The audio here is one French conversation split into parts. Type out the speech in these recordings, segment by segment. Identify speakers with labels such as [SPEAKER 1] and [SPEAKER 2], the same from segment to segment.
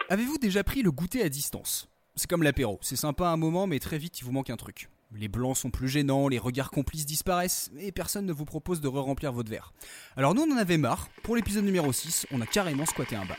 [SPEAKER 1] Avez-vous déjà pris le goûter à distance ? C'est comme l'apéro, c'est sympa un moment mais très vite il vous manque un truc. Les blancs sont plus gênants, les regards complices disparaissent et personne ne vous propose de re-remplir votre verre. Alors nous on en avait marre, pour l'épisode numéro 6, on a carrément squatté un bar.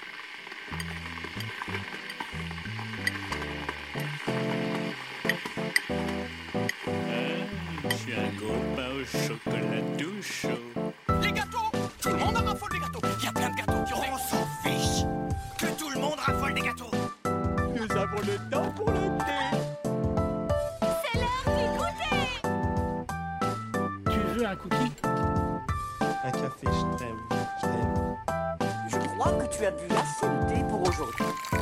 [SPEAKER 2] Je suis un copain au chocolat tout chaud.
[SPEAKER 3] Les gâteaux! Tout le monde en raffole des gâteaux! Il y a plein de gâteaux qui ont... On s'en fiche! Que tout le monde raffole des gâteaux!
[SPEAKER 2] Nous avons le temps pour le thé.
[SPEAKER 4] C'est l'heure du goûter.
[SPEAKER 5] Tu veux un cookie?
[SPEAKER 6] Un café, je t'aime.
[SPEAKER 3] Je crois que tu as bu assez de thé pour aujourd'hui.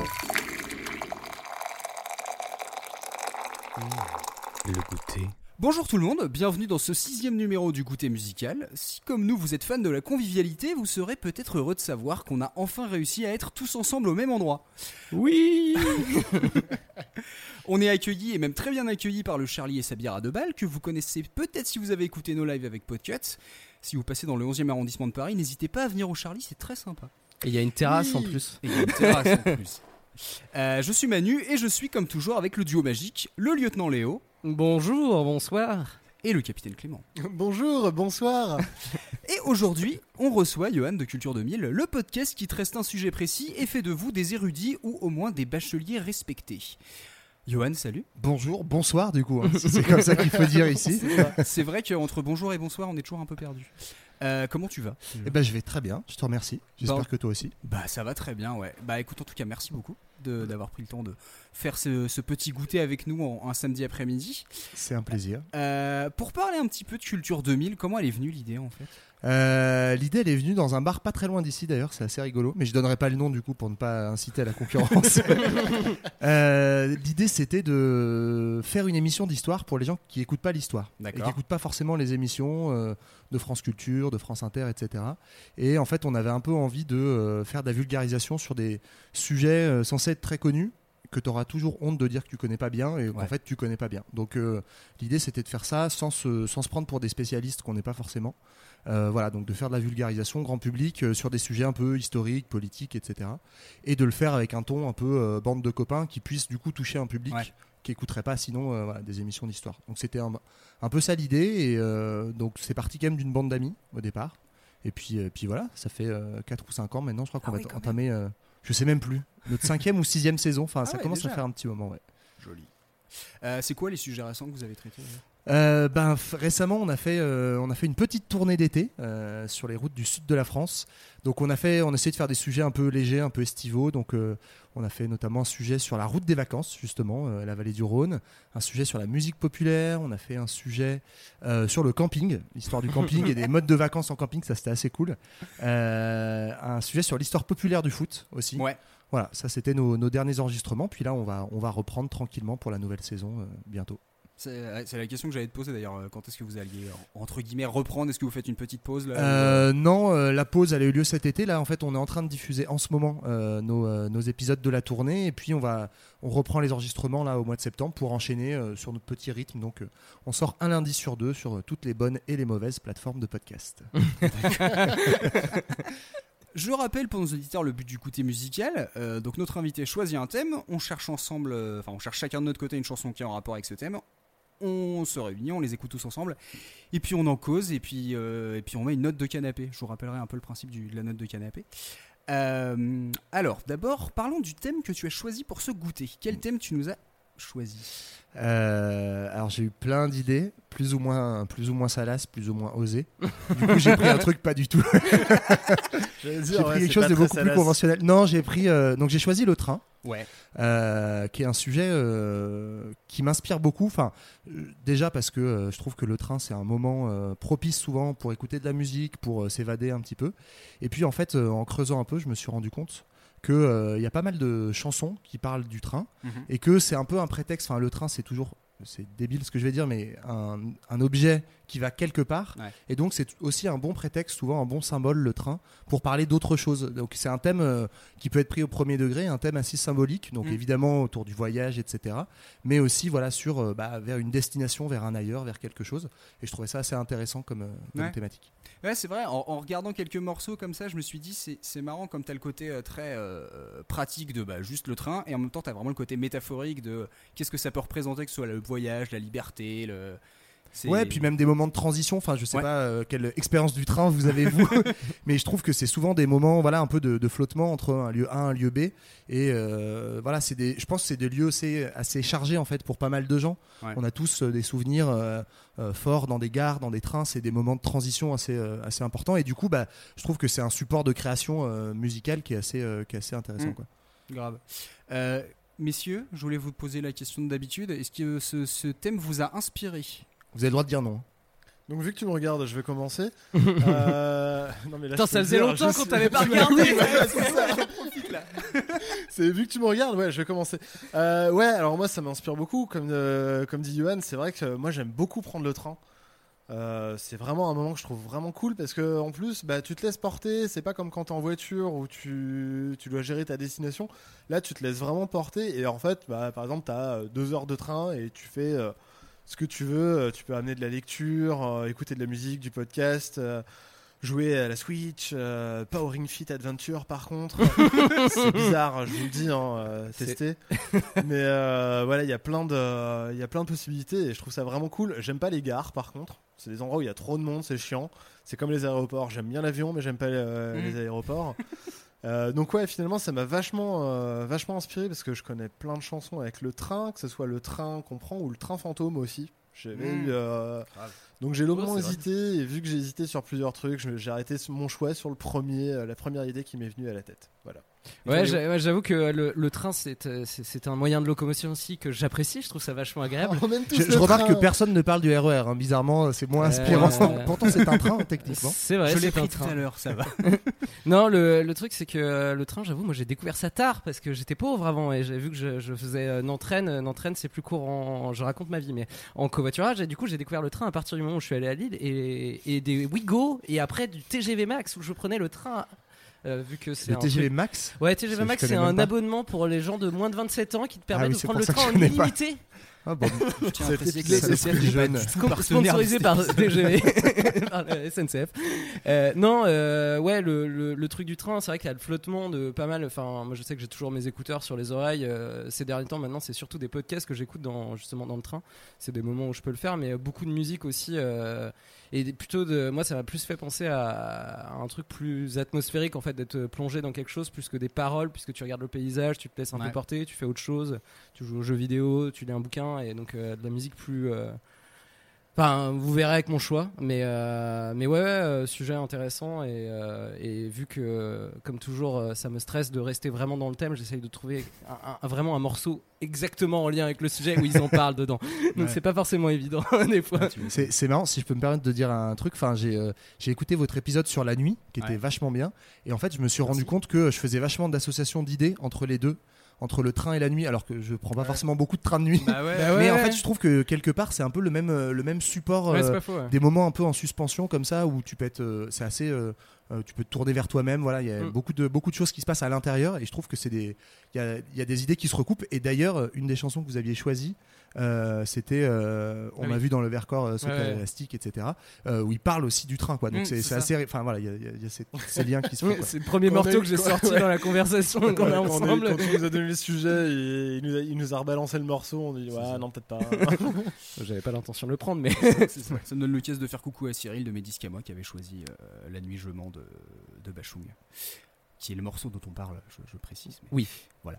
[SPEAKER 6] Le goûter.
[SPEAKER 1] Bonjour tout le monde, bienvenue dans ce 6e numéro du Goûter Musical. Si comme nous vous êtes fans de la convivialité, vous serez peut-être heureux de savoir qu'on a enfin réussi à être tous ensemble au même endroit.
[SPEAKER 6] Oui.
[SPEAKER 1] On est accueillis et même très bien accueillis par le Charlie et sa bière à 2 balles, que vous connaissez peut-être si vous avez écouté nos lives avec Podcut. Si vous passez dans le 11e arrondissement de Paris, n'hésitez pas à venir au Charlie, c'est très sympa.
[SPEAKER 6] Et il y a une terrasse en plus.
[SPEAKER 1] Et il y a une terrasse en plus. Je suis Manu et je suis comme toujours avec le duo magique, le lieutenant Léo.
[SPEAKER 6] Bonjour, bonsoir.
[SPEAKER 1] Et le capitaine Clément.
[SPEAKER 7] Bonjour, bonsoir.
[SPEAKER 1] Et aujourd'hui, on reçoit Johan de Culture 2000, le podcast qui traite un sujet précis et fait de vous des érudits ou au moins des bacheliers respectés. Johan, salut.
[SPEAKER 7] Bonjour, bonsoir du coup, hein. C'est comme ça qu'il faut dire ici.
[SPEAKER 1] C'est vrai qu'entre bonjour et bonsoir, on est toujours un peu perdu. Comment tu vas ?
[SPEAKER 7] Eh ben, je vais très bien, je te remercie. J'espère
[SPEAKER 1] Bon.
[SPEAKER 7] que toi aussi.
[SPEAKER 1] Bah ça va très bien, ouais. Bah écoute, en tout cas, merci beaucoup d'avoir pris le temps de faire ce petit goûter avec nous un samedi après-midi.
[SPEAKER 7] C'est un plaisir.
[SPEAKER 1] Pour parler un petit peu de Culture 2000, comment elle est venue l'idée en fait ?
[SPEAKER 7] L'idée elle est venue dans un bar pas très loin d'ici d'ailleurs, c'est assez rigolo, mais je donnerai pas le nom du coup pour ne pas inciter à la concurrence. L'idée c'était de faire une émission d'histoire pour les gens qui écoutent pas l'histoire.
[SPEAKER 1] D'accord.
[SPEAKER 7] Et qui écoutent pas forcément les émissions de France Culture, de France Inter, etc. Et en fait on avait un peu envie de faire de la vulgarisation sur des sujets censés être très connus, que tu auras toujours honte de dire que tu connais pas bien et qu'en fait tu connais pas bien. Donc l'idée c'était de faire ça sans se prendre pour des spécialistes qu'on n'est pas forcément. Voilà, donc de faire de la vulgarisation grand public sur des sujets un peu historiques, politiques, etc. Et de le faire avec un ton un peu bande de copains qui puisse du coup toucher un public qui écouterait pas sinon voilà, des émissions d'histoire. Donc c'était un peu ça l'idée et donc c'est parti quand même d'une bande d'amis au départ. Et puis voilà, ça fait 4 ou 5 ans maintenant, je crois qu'on va entamer, je sais même plus, notre 5e ou 6e saison, enfin ça commence déjà à faire un petit moment. Ouais.
[SPEAKER 1] Joli. C'est quoi les sujets récents que vous avez traités ?
[SPEAKER 7] Récemment on a fait une petite tournée d'été sur les routes du sud de la France. Donc on a essayé de faire des sujets un peu légers, un peu estivaux. Donc on a fait notamment un sujet sur la route des vacances justement, la vallée du Rhône, un sujet sur la musique populaire, on a fait un sujet sur le camping, l'histoire du camping et des modes de vacances en camping, ça c'était assez cool. Un sujet sur l'histoire populaire du foot aussi. Ouais. Voilà, ça c'était nos derniers enregistrements. Puis là on va reprendre tranquillement pour la nouvelle saison bientôt.
[SPEAKER 1] C'est la question que j'allais te poser d'ailleurs. Quand est-ce que vous alliez entre guillemets reprendre ? Est-ce que vous faites une petite pause là
[SPEAKER 7] Non, la pause elle a eu lieu cet été. Là en fait on est en train de diffuser en ce moment nos épisodes de la tournée et puis on reprend les enregistrements là au mois de septembre pour enchaîner sur notre petit rythme. Donc on sort un lundi sur 2 sur toutes les bonnes et les mauvaises plateformes de podcast.
[SPEAKER 1] Je rappelle pour nos auditeurs le but du goûter musical. Donc notre invité choisit un thème, on cherche chacun de notre côté une chanson qui est en rapport avec ce thème. On se réunit, on les écoute tous ensemble, et puis on en cause, et puis on met une note de canapé. Je vous rappellerai un peu le principe de la note de canapé. Alors, d'abord, parlons du thème que tu as choisi pour ce goûter. Quel thème tu nous as choisi ?
[SPEAKER 7] Alors j'ai eu plein d'idées, plus ou moins salaces, plus ou moins osées. Du coup j'ai pris un truc pas du tout. J'ai pris quelque chose de beaucoup plus conventionnel. Non, j'ai choisi le train.
[SPEAKER 1] Ouais.
[SPEAKER 7] Qui est un sujet qui m'inspire beaucoup. Enfin, déjà parce que je trouve que le train c'est un moment propice souvent pour écouter de la musique, pour s'évader un petit peu. Et puis en fait, en creusant un peu, je me suis rendu compte qu'il y a pas mal de chansons qui parlent du train et que c'est un peu un prétexte. Enfin, le train c'est toujours c'est débile ce que je vais dire, mais un objet qui va quelque part.
[SPEAKER 1] Ouais.
[SPEAKER 7] Et donc c'est aussi un bon prétexte, souvent un bon symbole, le train, pour parler d'autre chose. Donc c'est un thème qui peut être pris au premier degré, un thème assez symbolique, donc évidemment autour du voyage, etc. Mais aussi voilà, vers une destination, vers un ailleurs, vers quelque chose. Et je trouvais ça assez intéressant comme
[SPEAKER 1] Ouais.
[SPEAKER 7] thématique.
[SPEAKER 1] Ouais, c'est vrai, en regardant quelques morceaux comme ça, je me suis dit, c'est marrant comme t'as le côté très pratique de juste le train, et en même temps t'as vraiment le côté métaphorique de qu'est-ce que ça peut représenter, que ce soit le voyage, la liberté,
[SPEAKER 7] Ouais, puis même des moments de transition. Enfin, je sais
[SPEAKER 1] Ouais.
[SPEAKER 7] pas quelle expérience du train vous avez vous, mais je trouve que c'est souvent des moments, voilà, un peu de flottement entre un lieu A, un lieu B, et voilà, je pense que c'est des lieux assez chargés en fait pour pas mal de gens.
[SPEAKER 1] Ouais.
[SPEAKER 7] On a tous des souvenirs forts dans des gares, dans des trains. C'est des moments de transition assez importants, et du coup, je trouve que c'est un support de création musicale qui est assez intéressant, quoi.
[SPEAKER 1] Grave. Messieurs, je voulais vous poser la question d'habitude. Est-ce que ce thème vous a inspiré ?
[SPEAKER 7] Vous avez le droit de dire non.
[SPEAKER 5] Donc vu que tu me regardes, je vais commencer. Non, mais là,
[SPEAKER 6] Putain,
[SPEAKER 5] je
[SPEAKER 6] ça
[SPEAKER 5] peux
[SPEAKER 6] faisait
[SPEAKER 5] dire,
[SPEAKER 6] longtemps
[SPEAKER 5] je
[SPEAKER 6] qu'on
[SPEAKER 5] sais-
[SPEAKER 6] t'avait pas
[SPEAKER 5] Oui,
[SPEAKER 6] regardé.
[SPEAKER 5] voilà, c'est ça. C'est vu que tu me regardes, ouais, je vais commencer. Ouais, alors moi ça m'inspire beaucoup, comme dit Johan, c'est vrai que moi j'aime beaucoup prendre le train. C'est vraiment un moment que je trouve vraiment cool parce que en plus tu te laisses porter, c'est pas comme quand t'es en voiture où tu dois gérer ta destination. Là tu te laisses vraiment porter et en fait par exemple t'as 2 heures de train et tu fais ce que tu veux, tu peux amener de la lecture, écouter de la musique, du podcast, jouer à la Switch, pas au Ring Fit Adventure par contre. C'est bizarre, je vous le dis, tester. Mais voilà, il y a plein de possibilités et je trouve ça vraiment cool. J'aime pas les gares par contre. C'est des endroits où il y a trop de monde, c'est chiant. C'est comme les aéroports. J'aime bien l'avion, mais j'aime pas les aéroports. Donc ouais, finalement, ça m'a vachement inspiré parce que je connais plein de chansons avec le train, que ce soit le train qu'on prend ou le train fantôme aussi. J'avais eu, donc j'ai longuement
[SPEAKER 6] Ouais, c'est
[SPEAKER 5] hésité et vu que j'ai hésité sur plusieurs trucs, j'ai arrêté mon choix sur la première idée qui m'est venue à la tête. Voilà.
[SPEAKER 6] Ouais, j'avoue que le train c'est un moyen de locomotion aussi que j'apprécie, je trouve ça vachement agréable.
[SPEAKER 5] On aime tous
[SPEAKER 7] Je
[SPEAKER 5] le
[SPEAKER 7] remarque
[SPEAKER 5] train.
[SPEAKER 7] que personne ne parle du RER. Bizarrement, c'est moins inspirant. Pourtant, c'est un train techniquement.
[SPEAKER 6] C'est vrai,
[SPEAKER 1] Je l'ai
[SPEAKER 6] c'est un
[SPEAKER 1] pris tout
[SPEAKER 6] train.
[SPEAKER 1] à l'heure, ça va.
[SPEAKER 6] Non, le truc c'est que le train, j'avoue, moi j'ai découvert ça tard parce que j'étais pauvre avant et j'ai vu que je faisais Nantes-Rennes. Nantes-Rennes c'est plus court je raconte ma vie, mais en covoiturage. Et du coup j'ai découvert le train à partir du moment où je suis allé à Lille et des Ouigo et après du TGV Max où je prenais le train. Vu que c'est
[SPEAKER 7] Le
[SPEAKER 6] un
[SPEAKER 7] TGV
[SPEAKER 6] truc-
[SPEAKER 7] Max.
[SPEAKER 6] Ouais, TGV
[SPEAKER 7] Je
[SPEAKER 6] Max
[SPEAKER 7] connais
[SPEAKER 6] c'est
[SPEAKER 7] même
[SPEAKER 6] un
[SPEAKER 7] pas.
[SPEAKER 6] abonnement pour les gens de moins de 27 ans qui te permet
[SPEAKER 7] oui,
[SPEAKER 6] de
[SPEAKER 7] c'est
[SPEAKER 6] prendre
[SPEAKER 7] pour
[SPEAKER 6] le
[SPEAKER 7] ça que
[SPEAKER 6] train
[SPEAKER 7] je
[SPEAKER 6] en
[SPEAKER 7] connais pas.
[SPEAKER 6] illimité.
[SPEAKER 7] Ah, bon,
[SPEAKER 1] Je tiens à préciser que la
[SPEAKER 7] ça, c'est
[SPEAKER 1] SNCF
[SPEAKER 7] plus
[SPEAKER 1] n'est pas
[SPEAKER 7] jeune.
[SPEAKER 1] du tout partenaire
[SPEAKER 6] Sponsorisé
[SPEAKER 1] de
[SPEAKER 6] par
[SPEAKER 1] cette
[SPEAKER 6] TGV, par la SNCF. Ouais, le truc du train, c'est vrai qu'il y a le flottement de pas mal. Enfin, moi je sais que j'ai toujours mes écouteurs sur les oreilles. Ces derniers temps, maintenant, c'est surtout des podcasts que j'écoute justement dans le train. C'est des moments où je peux le faire, mais beaucoup de musique aussi. Et plutôt moi, ça m'a plus fait penser à un truc plus atmosphérique en fait, d'être plongé dans quelque chose plus que des paroles, puisque tu regardes le paysage, tu te laisses un peu
[SPEAKER 1] Ouais.
[SPEAKER 6] porter, tu fais autre chose, tu joues aux jeux vidéo, tu lis un bouquin, et donc de la musique plus. Enfin, vous verrez avec mon choix, mais ouais, sujet intéressant et vu que, comme toujours, ça me stresse de rester vraiment dans le thème, j'essaye de trouver vraiment un morceau exactement en lien avec le sujet où ils en parlent dedans. Donc
[SPEAKER 1] Ouais.
[SPEAKER 6] c'est pas forcément évident des fois.
[SPEAKER 7] C'est marrant, si je peux me permettre de dire un truc. Enfin, j'ai écouté votre épisode sur la nuit, qui était
[SPEAKER 1] Ouais.
[SPEAKER 7] vachement bien. Et en fait, je me suis rendu compte que je faisais vachement d'associations d'idées entre les deux, entre le train et la nuit, alors que je prends pas forcément beaucoup de trains de nuit.
[SPEAKER 1] Bah ouais.
[SPEAKER 7] Mais en fait, je trouve que quelque part, c'est un peu le même support.
[SPEAKER 6] Ouais, c'est pas faux. Ouais.
[SPEAKER 7] Des moments un peu en suspension comme ça où tu peux être, c'est assez, tu peux te tourner vers toi-même. Voilà, il y a beaucoup de choses qui se passent à l'intérieur et je trouve que il y a des idées qui se recoupent. Et d'ailleurs, une des chansons que vous aviez choisies, c'était, on
[SPEAKER 6] Ah
[SPEAKER 7] m'a
[SPEAKER 6] oui.
[SPEAKER 7] vu dans le Vercors, Secret
[SPEAKER 6] Ouais.
[SPEAKER 7] élastique, etc. Où il parle aussi du train, quoi. Donc
[SPEAKER 6] c'est
[SPEAKER 7] c'est
[SPEAKER 6] ça.
[SPEAKER 7] assez, enfin voilà, il y a ces liens qui se font. quoi.
[SPEAKER 6] C'est le premier
[SPEAKER 5] Quand
[SPEAKER 6] morceau
[SPEAKER 5] on est-
[SPEAKER 6] que j'ai
[SPEAKER 5] quand-
[SPEAKER 6] sorti
[SPEAKER 5] ouais.
[SPEAKER 6] dans la conversation qu'on a
[SPEAKER 5] Quand
[SPEAKER 6] ensemble.
[SPEAKER 5] il nous a donné le sujet et il nous a rebalancé le morceau, on dit ouais, non, peut-être pas.
[SPEAKER 6] J'avais pas l'intention de le prendre, mais
[SPEAKER 1] C'est ça. Ça me donne l'occasion de faire coucou à Cyril de mes disques à moi qui avait choisi La Nuit Je mens de Bachung, qui est le morceau dont on parle, je précise. Mais
[SPEAKER 6] Oui.
[SPEAKER 1] Voilà.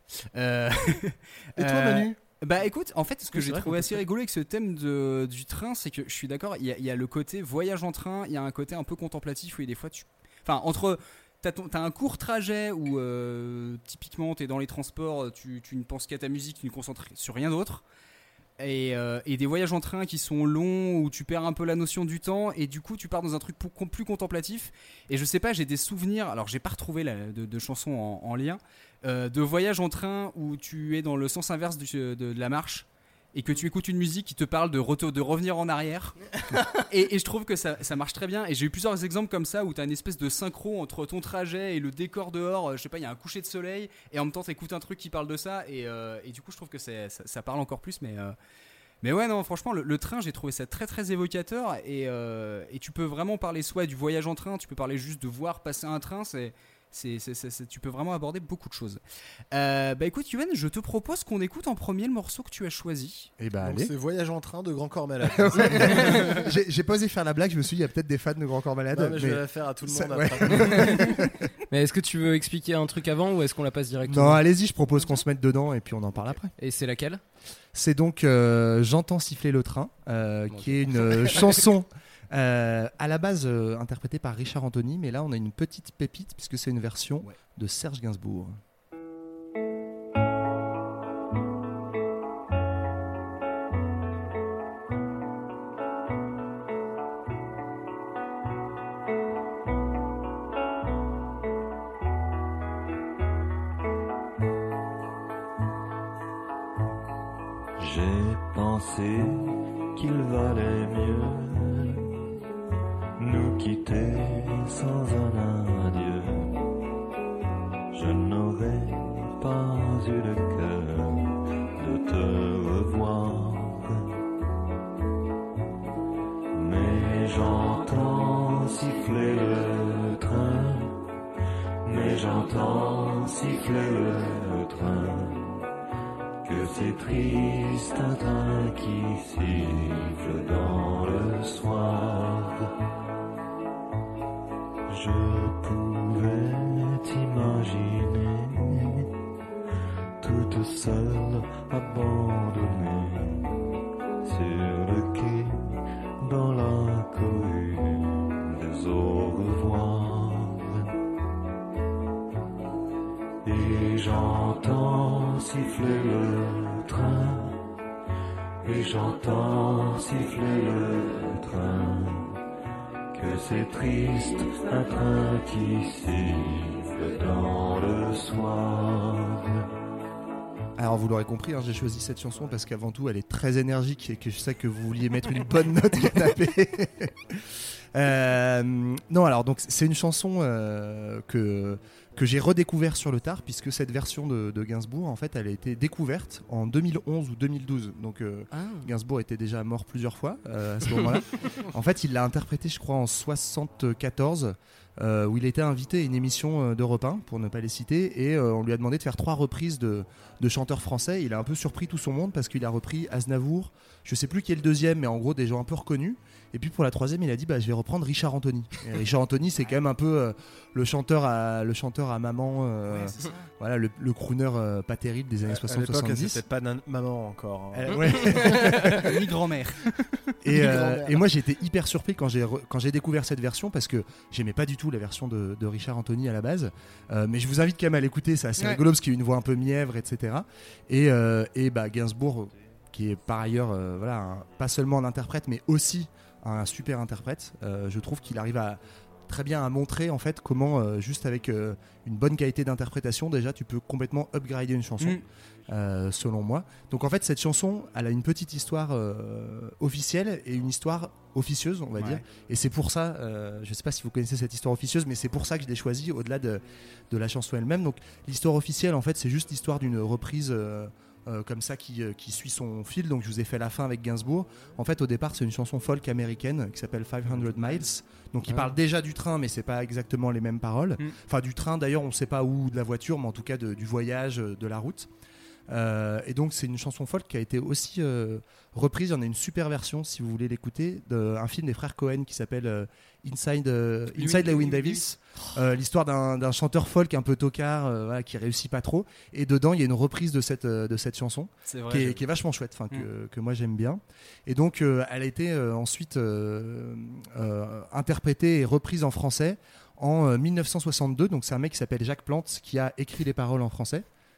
[SPEAKER 5] Et toi, Manu?
[SPEAKER 1] Bah écoute, en fait, ce que
[SPEAKER 6] Oui, c'est
[SPEAKER 1] j'ai
[SPEAKER 6] vrai
[SPEAKER 1] trouvé
[SPEAKER 6] qu'on
[SPEAKER 1] assez
[SPEAKER 6] peut
[SPEAKER 1] rigolo avec ce thème du train, c'est que je suis d'accord, il y a le côté voyage en train, il y a un côté un peu contemplatif où des fois Enfin, entre. T'as un court trajet où typiquement t'es dans les transports, tu ne penses qu'à ta musique, tu ne te concentres sur rien d'autre. Et des voyages en train qui sont longs où tu perds un peu la notion du temps et du coup tu pars dans un truc plus contemplatif. Et je sais pas, j'ai des souvenirs, alors j'ai pas retrouvé de chansons en lien, de voyages en train où tu es dans le sens inverse de la marche et que tu écoutes une musique qui te parle de revenir en arrière. et je trouve que ça marche très bien. Et j'ai eu plusieurs exemples comme ça où tu as une espèce de synchro entre ton trajet et le décor dehors. Je sais pas, il y a un coucher de soleil et en même temps tu écoutes un truc qui parle de ça. Et du coup, je trouve que ça parle encore plus. Mais ouais, non, franchement, le train, j'ai trouvé ça très très évocateur. Et tu peux vraiment parler soit du voyage en train, tu peux parler juste de voir passer un train. Tu peux vraiment aborder beaucoup de choses. Écoute, Yoann, je te propose qu'on écoute en premier le morceau que tu as choisi.
[SPEAKER 7] Et bah
[SPEAKER 5] Donc,
[SPEAKER 7] allez.
[SPEAKER 5] c'est Voyage en train de Grand Corps Malade.
[SPEAKER 7] J'ai pas osé faire la blague, je me suis dit, il y a peut-être des fans de Grand Corps Malade.
[SPEAKER 5] Non, mais je vais la faire à tout le monde
[SPEAKER 7] ouais.
[SPEAKER 5] après.
[SPEAKER 6] Mais est-ce que tu veux expliquer un truc avant ou est-ce qu'on la passe directement?
[SPEAKER 7] Non, allez-y, je propose qu'on se mette dedans et puis on en parle après.
[SPEAKER 6] Et c'est laquelle?
[SPEAKER 7] C'est donc J'entends siffler le train, qui est une chanson à la base interprétée par Richard Anthony, mais là on a une petite pépite puisque c'est une version de Serge Gainsbourg.
[SPEAKER 8] J'ai pensé qu'il valait mieux nous quitter sans un adieu. Je n'aurais pas eu le cœur de te revoir, mais j'entends siffler le train, mais j'entends siffler le train. Que c'est triste un train qui siffle dans le soir. Je pouvais t'imaginer toute seule, abandonnée sur le quai, dans la cohue des au revoir. Et j'entends siffler le train, et j'entends siffler le train. Que c'est triste un train qui siffle dans le soir.
[SPEAKER 7] Alors vous l'aurez compris, j'ai choisi cette chanson parce qu'avant tout elle est très énergique et que je sais que vous vouliez mettre une bonne note canapé. Non, alors donc c'est une chanson que j'ai redécouvert sur le tard, puisque cette version de Gainsbourg, en fait, elle a été découverte en 2011 ou 2012. Donc Gainsbourg était déjà mort plusieurs fois à ce moment-là. En fait, il l'a interprété, je crois, en 74, où il était invité à une émission d'Europe 1, pour ne pas les citer, et on lui a demandé de faire 3 reprises de chanteurs français. Il a un peu surpris tout son monde parce qu'il a repris Aznavour, je sais plus qui est le deuxième, mais en gros des gens un peu reconnus. Et puis pour la troisième, il a dit je vais reprendre Richard Anthony. Et Richard Anthony, c'est quand même un peu le chanteur à maman, voilà, le crooner pas terrible des années 60-70.
[SPEAKER 5] À l'époque, c'était pas maman encore.
[SPEAKER 7] Ouais.
[SPEAKER 1] Ni grand-mère.
[SPEAKER 7] Et moi, j'ai été hyper surpris quand j'ai découvert cette version, parce que j'aimais pas du tout la version de Richard Anthony à la base. Mais je vous invite quand même à l'écouter, c'est assez rigolo parce qu'il a une voix un peu mièvre, etc. Et Gainsbourg, qui est par ailleurs pas seulement un interprète, mais aussi un super interprète. Je trouve qu'il arrive très bien à montrer en fait comment juste avec une bonne qualité d'interprétation, déjà tu peux complètement upgrader une chanson, selon moi. Donc en fait cette chanson, elle a une petite histoire officielle et une histoire officieuse, on va dire. Et c'est pour ça, je sais pas si vous connaissez cette histoire officieuse, mais c'est pour ça que je l'ai choisie au-delà de la chanson elle-même. Donc l'histoire officielle, en fait, c'est juste l'histoire d'une reprise comme ça qui suit son fil. Donc je vous ai fait la fin avec Gainsbourg. En fait, au départ, c'est une chanson folk américaine qui s'appelle 500 Miles. Donc il parle déjà du train, mais c'est pas exactement les mêmes paroles. Enfin, du train d'ailleurs, on sait pas où, de la voiture, mais en tout cas du voyage, de la route. Et donc c'est une chanson folk qui a été aussi reprise. Il y en a une super version, si vous voulez l'écouter, d'un film des frères Cohen qui s'appelle Inside Llewyn Davis. L'histoire d'un chanteur folk un peu tocard, qui réussit pas trop. Et dedans il y a une reprise de cette chanson qui est vachement chouette, que moi j'aime bien. Et donc elle a été ensuite interprétée et reprise en français en 1962. Donc c'est un mec qui s'appelle Jacques Plante qui a écrit les paroles en français.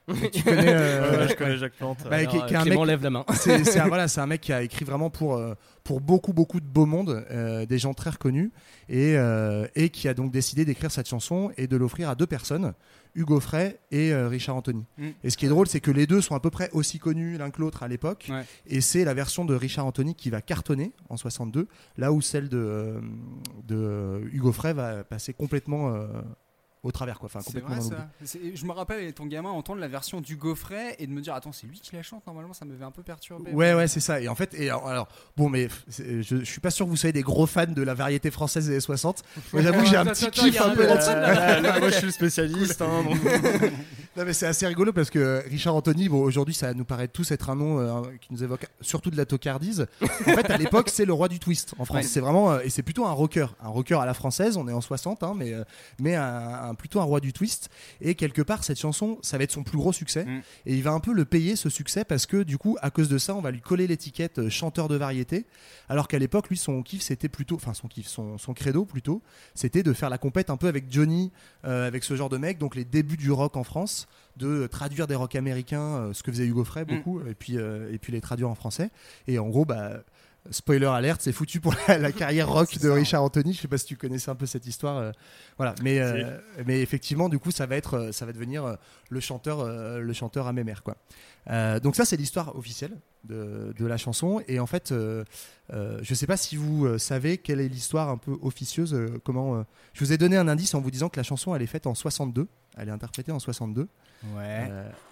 [SPEAKER 7] Tu connais
[SPEAKER 5] je connais Jacques Plante.
[SPEAKER 7] Bah, qui est un
[SPEAKER 6] Clément
[SPEAKER 7] mec,
[SPEAKER 6] lève la main.
[SPEAKER 7] c'est un mec qui a écrit vraiment pour beaucoup de beau monde, des gens très reconnus, et qui a donc décidé d'écrire cette chanson et de l'offrir à 2 personnes, Hugo Frey et Richard Anthony. Et ce qui est drôle, c'est que les deux sont à peu près aussi connus l'un que l'autre à l'époque,
[SPEAKER 1] Ouais.
[SPEAKER 7] et c'est la version de Richard Anthony qui va cartonner en 62, là où celle de Hugo Frey va passer complètement au travers, quoi. Enfin,
[SPEAKER 1] C'est
[SPEAKER 7] complètement
[SPEAKER 1] vrai
[SPEAKER 7] dans l'oubli.
[SPEAKER 1] ça. Je me rappelle étant gamin entendre la version du Gaufret et de me dire attends c'est lui qui la chante normalement, ça m'avait un peu perturbé.
[SPEAKER 7] Ouais, c'est ça. Et en fait, alors bon, mais je suis pas sûr que vous soyez des gros fans de la variété française des années 60. Moi, j'avoue que j'ai un petit kiff un peu là-dessus.
[SPEAKER 5] Moi, je suis le spécialiste. Donc...
[SPEAKER 7] Non, mais c'est assez rigolo parce que Richard Anthony, bon, aujourd'hui, ça nous paraît tous être un nom qui nous évoque surtout de la tocardise. En fait, à l'époque, c'est le roi du twist en France.
[SPEAKER 1] Ouais.
[SPEAKER 7] C'est vraiment, et c'est plutôt un rocker à la française. On est en 60, hein, mais plutôt un roi du twist. Et quelque part, cette chanson, ça va être son plus gros succès. Et il va un peu le payer ce succès parce que du coup, à cause de ça, on va lui coller l'étiquette chanteur de variété. Alors qu'à l'époque, lui, son kiff, c'était plutôt, enfin son credo plutôt, c'était de faire la compète un peu avec Johnny, avec ce genre de mec. Donc les débuts du rock en France, de traduire des rock américains, ce que faisait Hugo Frey beaucoup, et puis les traduire en français. Et en gros, spoiler alerte, c'est foutu pour la carrière rock de Richard Anthony. Je sais pas si tu connaissais un peu cette histoire, voilà. Mais effectivement, du coup, ça va devenir le chanteur à mes mères, quoi. Donc ça, c'est l'histoire officielle de la chanson. Et en fait, je sais pas si vous savez quelle est l'histoire un peu officieuse. Je vous ai donné un indice en vous disant que la chanson, elle est faite en 62. Elle est interprétée en 62.
[SPEAKER 1] Ouais.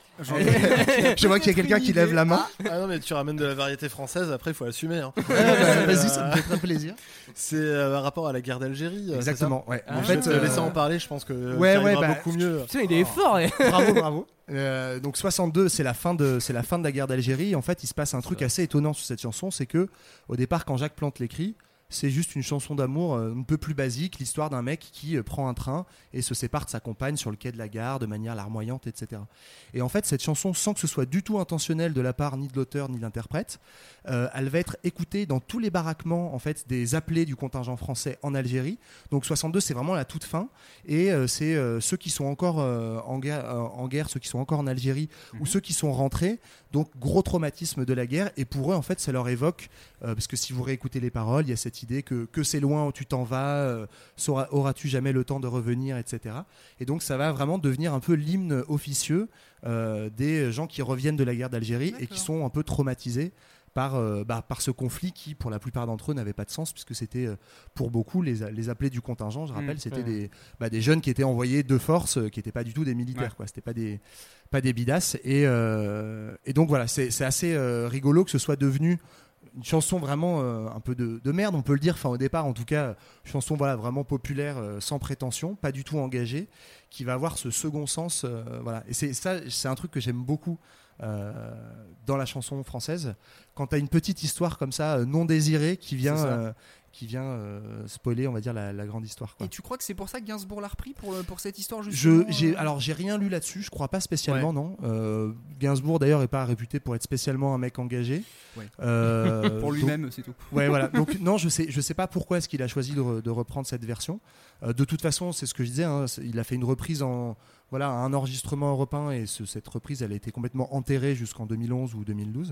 [SPEAKER 7] Je vois qu'il y a quelqu'un qui lève la main.
[SPEAKER 5] Ah non, mais tu ramènes de la variété française, après il faut assumer. Hein.
[SPEAKER 7] Vas-y, ça me fait très plaisir.
[SPEAKER 5] C'est un rapport à la guerre d'Algérie.
[SPEAKER 7] Exactement, ouais.
[SPEAKER 5] En fait, laissez en parler, je pense que ça
[SPEAKER 7] ouais,
[SPEAKER 5] ira beaucoup mieux.
[SPEAKER 6] Putain, il est fort. Ouais.
[SPEAKER 7] Bravo. Donc 62, c'est la fin de la guerre d'Algérie. En fait, il se passe un truc assez étonnant sur cette chanson, c'est que au départ, quand Jacques Plante l'écrit, c'est juste une chanson d'amour un peu plus basique, l'histoire d'un mec qui prend un train et se sépare de sa compagne sur le quai de la gare de manière larmoyante, etc. Et en fait, cette chanson, sans que ce soit du tout intentionnel de la part ni de l'auteur ni de l'interprète, elle va être écoutée dans tous les baraquements en fait, des appelés du contingent français en Algérie. Donc 62, c'est vraiment la toute fin. Et c'est ceux qui sont encore en guerre, ceux qui sont encore en Algérie ou ceux qui sont rentrés. Donc gros traumatisme de la guerre. Et pour eux, en fait, ça leur évoque, parce que si vous réécoutez les paroles, il y a cette idée que c'est loin où tu t'en vas, auras-tu jamais le temps de revenir, etc. Et donc ça va vraiment devenir un peu l'hymne officieux des gens qui reviennent de la guerre d'Algérie et qui sont un peu traumatisés par ce conflit qui, pour la plupart d'entre eux, n'avait pas de sens puisque c'était pour beaucoup les appelés du contingent. Je rappelle, c'était des jeunes qui étaient envoyés de force, qui n'étaient pas du tout des militaires, quoi. C'était pas des bidasses. Et donc voilà, c'est assez rigolo que ce soit devenu une chanson vraiment un peu de merde, on peut le dire. Enfin, au départ, en tout cas, une chanson vraiment populaire, sans prétention, pas du tout engagée, qui va avoir ce second sens. Voilà. Et c'est un truc que j'aime beaucoup dans la chanson française. Quand t'as une petite histoire comme ça, non désirée, qui vient spoiler, on va dire, la grande histoire, quoi.
[SPEAKER 1] Et tu crois que c'est pour ça que Gainsbourg l'a repris pour cette histoire justement
[SPEAKER 7] j'ai rien lu là-dessus, je crois pas spécialement, non. Gainsbourg d'ailleurs est pas réputé pour être spécialement un mec engagé.
[SPEAKER 1] Ouais.
[SPEAKER 7] Pour
[SPEAKER 1] lui-même, c'est tout.
[SPEAKER 7] Ouais, voilà. Donc non, je sais pas pourquoi est-ce qu'il a choisi de reprendre cette version. De toute façon, c'est ce que je disais, hein, il a fait une reprise un enregistrement européen et cette reprise, elle a été complètement enterrée jusqu'en 2011 ou 2012.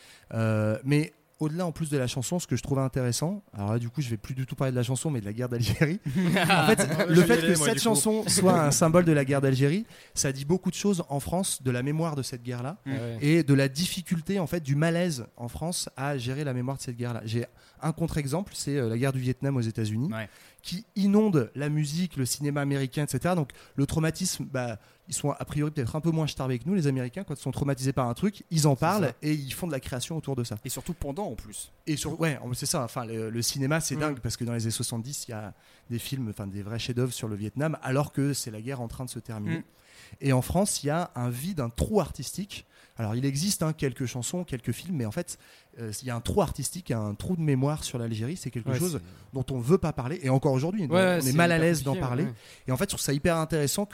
[SPEAKER 7] Mais au-delà en plus de la chanson, ce que je trouvais intéressant, alors là du coup je vais plus du tout parler de la chanson mais de la guerre d'Algérie. En fait, le fait que cette chanson soit un symbole de la guerre d'Algérie, ça dit beaucoup de choses en France, de la mémoire de cette guerre-là et de la difficulté en fait du malaise en France à gérer la mémoire de cette guerre-là. J'ai un contre-exemple, c'est la guerre du Vietnam aux États-Unis, qui inonde la musique, le cinéma américain, etc. Donc le traumatisme, ils sont a priori peut-être un peu moins starbés que nous, les Américains. Quand ils sont traumatisés par un truc, ils en parlent et ils font de la création autour de ça.
[SPEAKER 1] Et surtout pendant en plus.
[SPEAKER 7] Et c'est ça. Enfin, le cinéma, c'est dingue parce que dans les années 70, il y a des films, enfin des vrais chefs-d'œuvre sur le Vietnam, alors que c'est la guerre en train de se terminer. Et en France, il y a un vide, un trou artistique. Alors, il existe quelques chansons, quelques films, mais en fait, il y a un trou artistique, un trou de mémoire sur l'Algérie. C'est quelque chose dont on ne veut pas parler. Et encore aujourd'hui, on est mal à l'aise d'en parler. Et en fait, je trouve ça hyper intéressant que